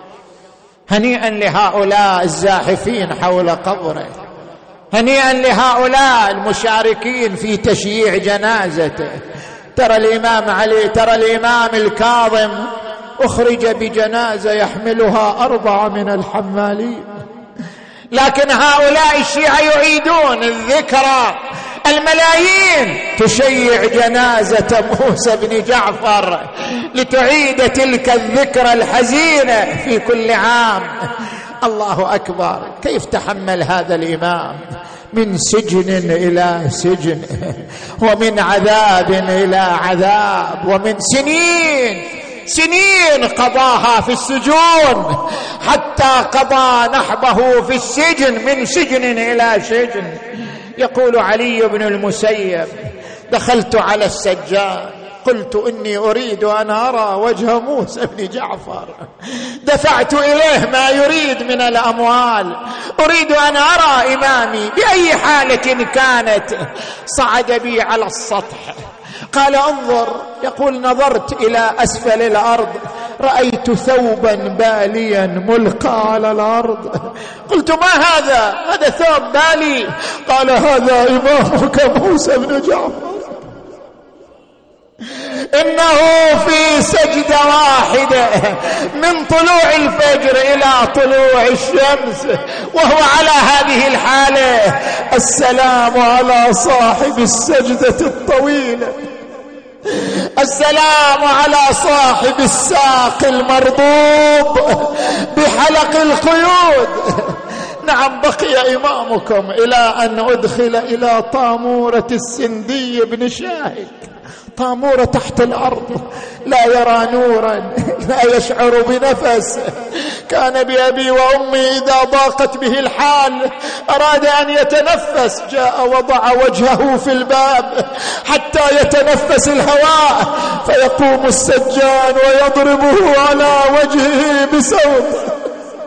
هنيئا لهؤلاء الزاحفين حول قبره، هنيئا لهؤلاء المشاركين في تشييع جنازته. ترى الإمام علي، ترى الإمام الكاظم أخرج بجنازة يحملها أربعة من الحمالين، لكن هؤلاء الشيعة يعيدون الذكرى. الملايين تشيع جنازة موسى بن جعفر لتعيد تلك الذكرى الحزينة في كل عام. الله أكبر. كيف تحمل هذا الإمام من سجن إلى سجن، ومن عذاب إلى عذاب، ومن سنين سنين قضاها في السجون، حتى قضى نحبه في السجن، من سجن إلى سجن. يقول علي بن المسيب: دخلت على السجاد قلت إني أريد أن أرى وجه موسى بن جعفر، دفعت إليه ما يريد من الأموال، أريد أن أرى إمامي بأي حالة كانت. صعد بي على السطح قال: انظر. يقول: نظرت إلى أسفل الأرض رأيت ثوبا باليا ملقى على الأرض. قلت: ما هذا؟ هذا ثوب بالي. قال: هذا إمامك موسى بن جعفر، إنه في سجدة واحدة من طلوع الفجر إلى طلوع الشمس وهو على هذه الحالة. السلام على صاحب السجدة الطويلة، السلام على صاحب الساق المرضوب بحلق القيود. نعم، بقي إمامكم إلى أن أدخل إلى طامورة السندي بن شاهد، طامورة تحت الأرض، لا يرى نورا، لا يشعر بنفس. كان بأبي وأمي إذا ضاقت به الحال أراد أن يتنفس، جاء وضع وجهه في الباب حتى يتنفس الهواء، فيقوم السجان ويضربه على وجهه بسوط.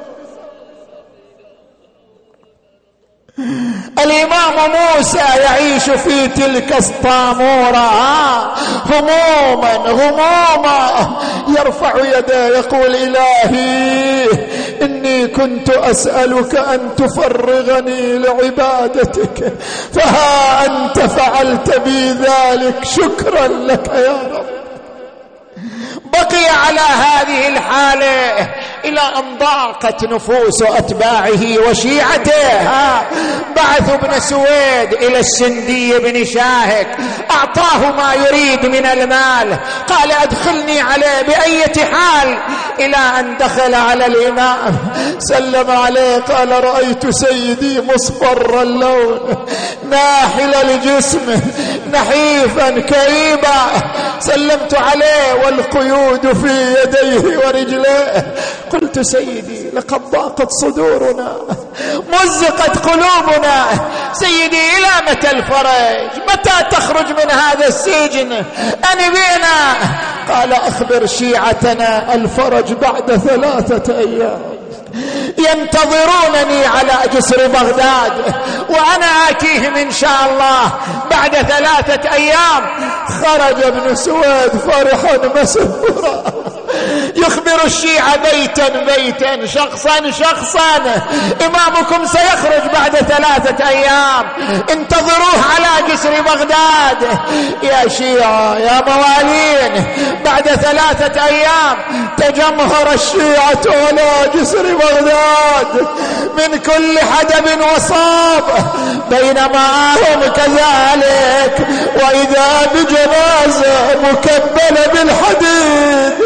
الإمام موسى يعيش في تلك الطامورة هموما غموما، يرفع يده يقول: إلهي إني كنت أسألك أن تفرغني لعبادتك، فها أنت فعلت بي ذلك، شكرا لك يا رب. بقي على هذه الحالة إلى أن ضاقت نفوس أتباعه وشيعته، بعثوا ابن سويد إلى السندي بن شاهك، أعطاه ما يريد من المال، قال أدخلني عليه بأية حال، إلى أن دخل على الإمام سلم عليه، قال رأيت سيدي مصفر اللون ناحل الجسم نحيفا كئيبا، سلمت عليه والقيود في يديه ورجليه، قلت سيدي لقد ضاقت صدورنا مزقت قلوبنا، سيدي إلى متى الفرج؟ متى تخرج من هذا السجن؟ أنبينا. قال أخبر شيعتنا الفرج بعد ثلاثة أيام، ينتظرونني على جسر بغداد وأنا آتيهم إن شاء الله بعد ثلاثة أيام. خرج ابن سويد فرحا مسرورا يخبر الشيعة بيتا بيتا شخصا شخصا، إمامكم سيخرج بعد ثلاثة أيام، انتظروه على جسر بغداد. يا شيعة يا موالين، بعد ثلاثة أيام تجمهر الشيعة على جسر بغداد من كل حدب وصاب، بينما هم كذلك وإذا بجنازة مكبلة بالحديد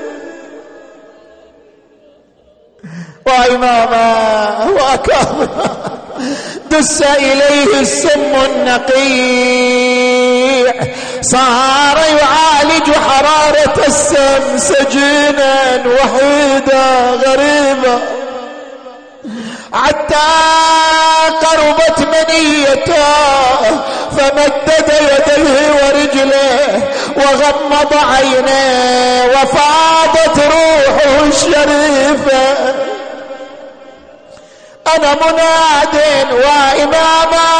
وإماما وأكابا دس إليه السم النقيع، صار يعالج حرارة السم سجينا وحيدا غريبا، حتى قربت منيته فمدد يديه ورجله وغمض عينيه وفاضت روحه الشريفة. أنا مناد وإماما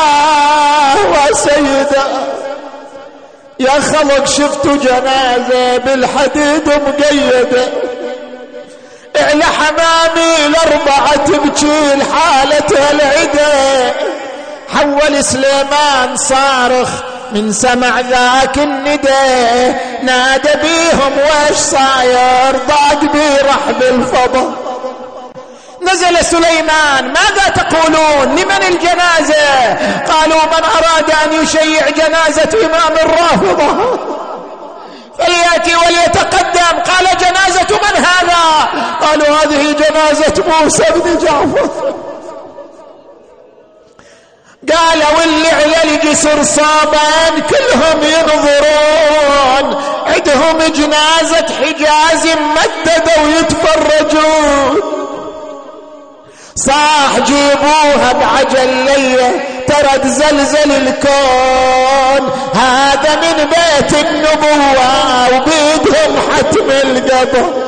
وسيدا، يا خلق شفت جنازة بالحديد مقيدة، إعلى حمامي الأربعة تبكي لحالتها العدا، حول سليمان صارخ من سمع ذاك الندى، نادى بيهم ويش صاير، ضاق بي رحب الفضا. نزل سليمان، ماذا تقولون؟ لمن الجنازة؟ قالوا من أراد أن يشيع جنازة إمام الرافضة فليأتي وليتقدم. قال جنازة من هذا؟ قالوا هذه جنازة موسى بن جعفر. قال واللي على الجسر صابان كلهم ينظرون، عندهم جنازة حجاز ممددة ويتفرجون. صاح جيبوها بعجل ليه ترى تزلزل الكون، هذا من بيت النبوة وبيدهم حتم القبر.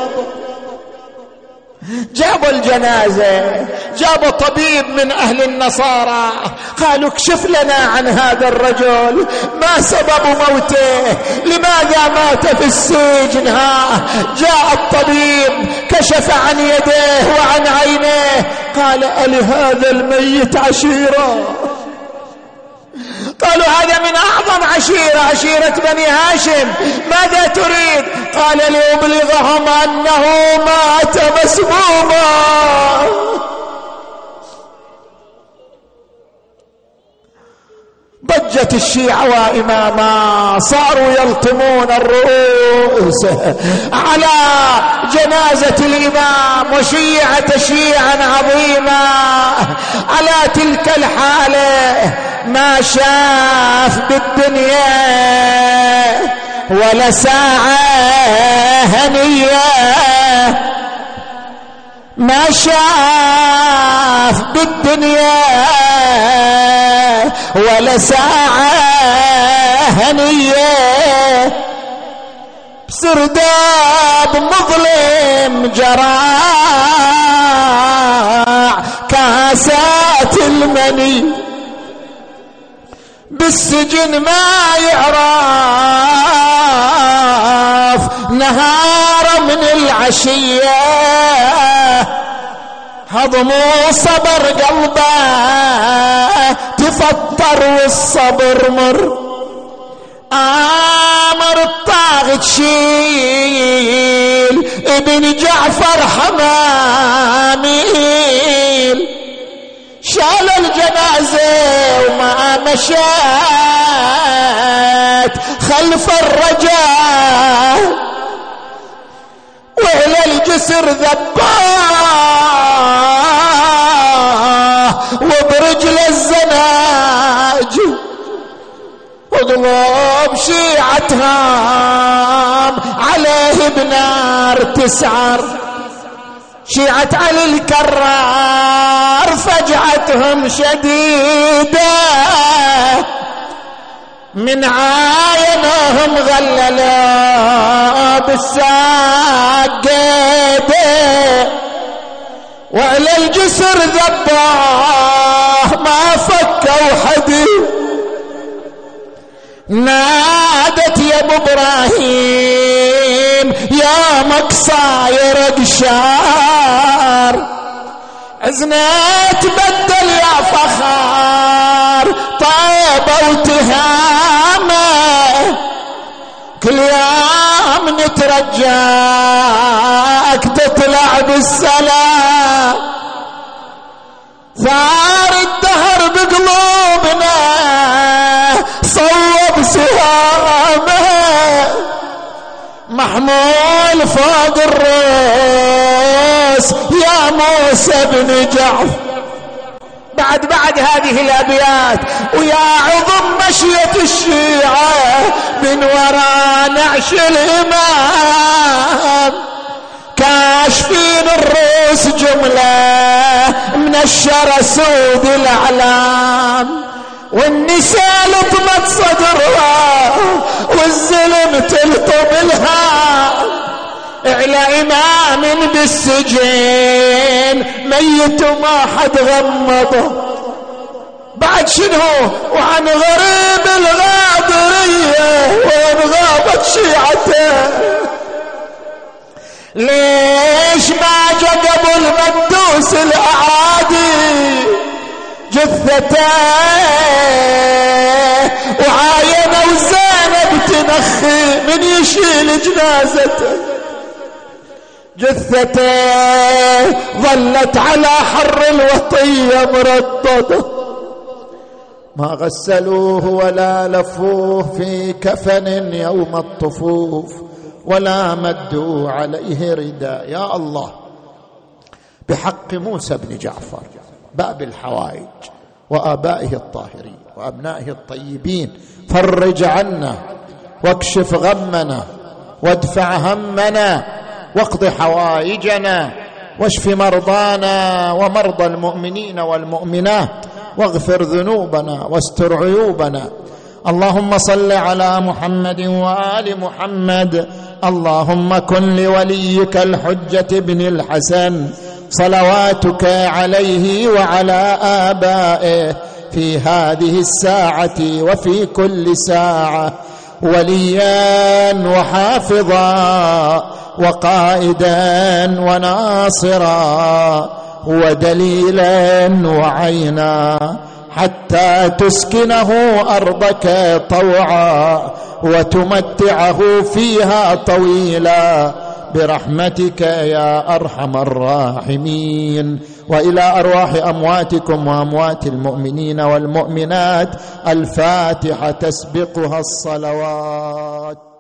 جابوا الجنازة، جابوا طبيب من أهل النصارى، قالوا اكشف لنا عن هذا الرجل، ما سبب موته؟ لماذا مات في السجن؟ ها جاء الطبيب كشف عن يديه وعن عينيه، قال ألهذا الميت عشيرة؟ قالوا هذا من أعظم عشيرة، عشيرة بني هاشم، ماذا تريد؟ قال ليبلغهم أنه مات مسموما. ضجت الشيعة وإماما، صاروا يلطمون الرؤوس على جنازة الإمام وشيعة تشيعا عظيما. على تلك الحالة ما شاف بالدنيا ولا ساعة هنية، ما شاف بالدنيا ولا ساعة هنية، بسرداب مظلم جراع كاسات المني، بالسجن ما يعرف نهار من العشية، هضم صبر قلبه تفطر والصبر مر. آمر الطاغ تشيل ابن جعفر حماميل شال الجنازة وما مشات خلف الرجال، وإلى الجسر ذباه وبرجل الزناج، اضرب شيعتهم عليه بنار تسعر. شيعة علي الكرار فجعتهم شديدة، من عاينهم غللوا بالساقدة، وإلى الجسر ذباه ما فكوا حدي. نادت يا ابو ابراهيم يا مقصاير قشار، عزنت بدل يا فخار طيبة وتهامة، كل يوم نترجاك تطلع بالسلام. ثار الدهر بقلوبنا صوب سهامه، محمول فوق الرأس يا موسى بن جعفر. بعد بعد هذه الأبيات: ويا عظم مشية الشيعة من وراء نعش الإمام، كاشفين الرؤوس جملة من الشر سود الأعلام، والنساء لطمت صدرها والزلم تلطم الهام، على إمام بالسجين ميت ما حد غمضه. بعد شنو؟ وعن غريب الغادرية وين غابت شيعته، ليش ما جقبوا المندوس الأعادي جثته، وعاينوا وزينب تنخي من يشيل جنازته. جثته ظلت على حر الوطية مردده، ما غسلوه ولا لفوه في كفن يوم الطفوف، ولا مدوا عليه رداء. يا الله بحق موسى بن جعفر باب الحوائج وآبائه الطاهرين وأبنائه الطيبين، فرج عنا واكشف غمنا وادفع همنا واقض حوائجنا واشف مرضانا ومرضى المؤمنين والمؤمنات، واغفر ذنوبنا واستر عيوبنا. اللهم صل على محمد وآل محمد. اللهم كن لوليك الحجة بن الحسن صلواتك عليه وعلى آبائه في هذه الساعة وفي كل ساعة وليا وحافظا وقائدا وناصرا ودليلا وعينا، حتى تسكنه أرضك طوعا وتمتعه فيها طويلا برحمتك يا أرحم الراحمين. وإلى أرواح أمواتكم وأموات المؤمنين والمؤمنات الفاتحة تسبقها الصلوات.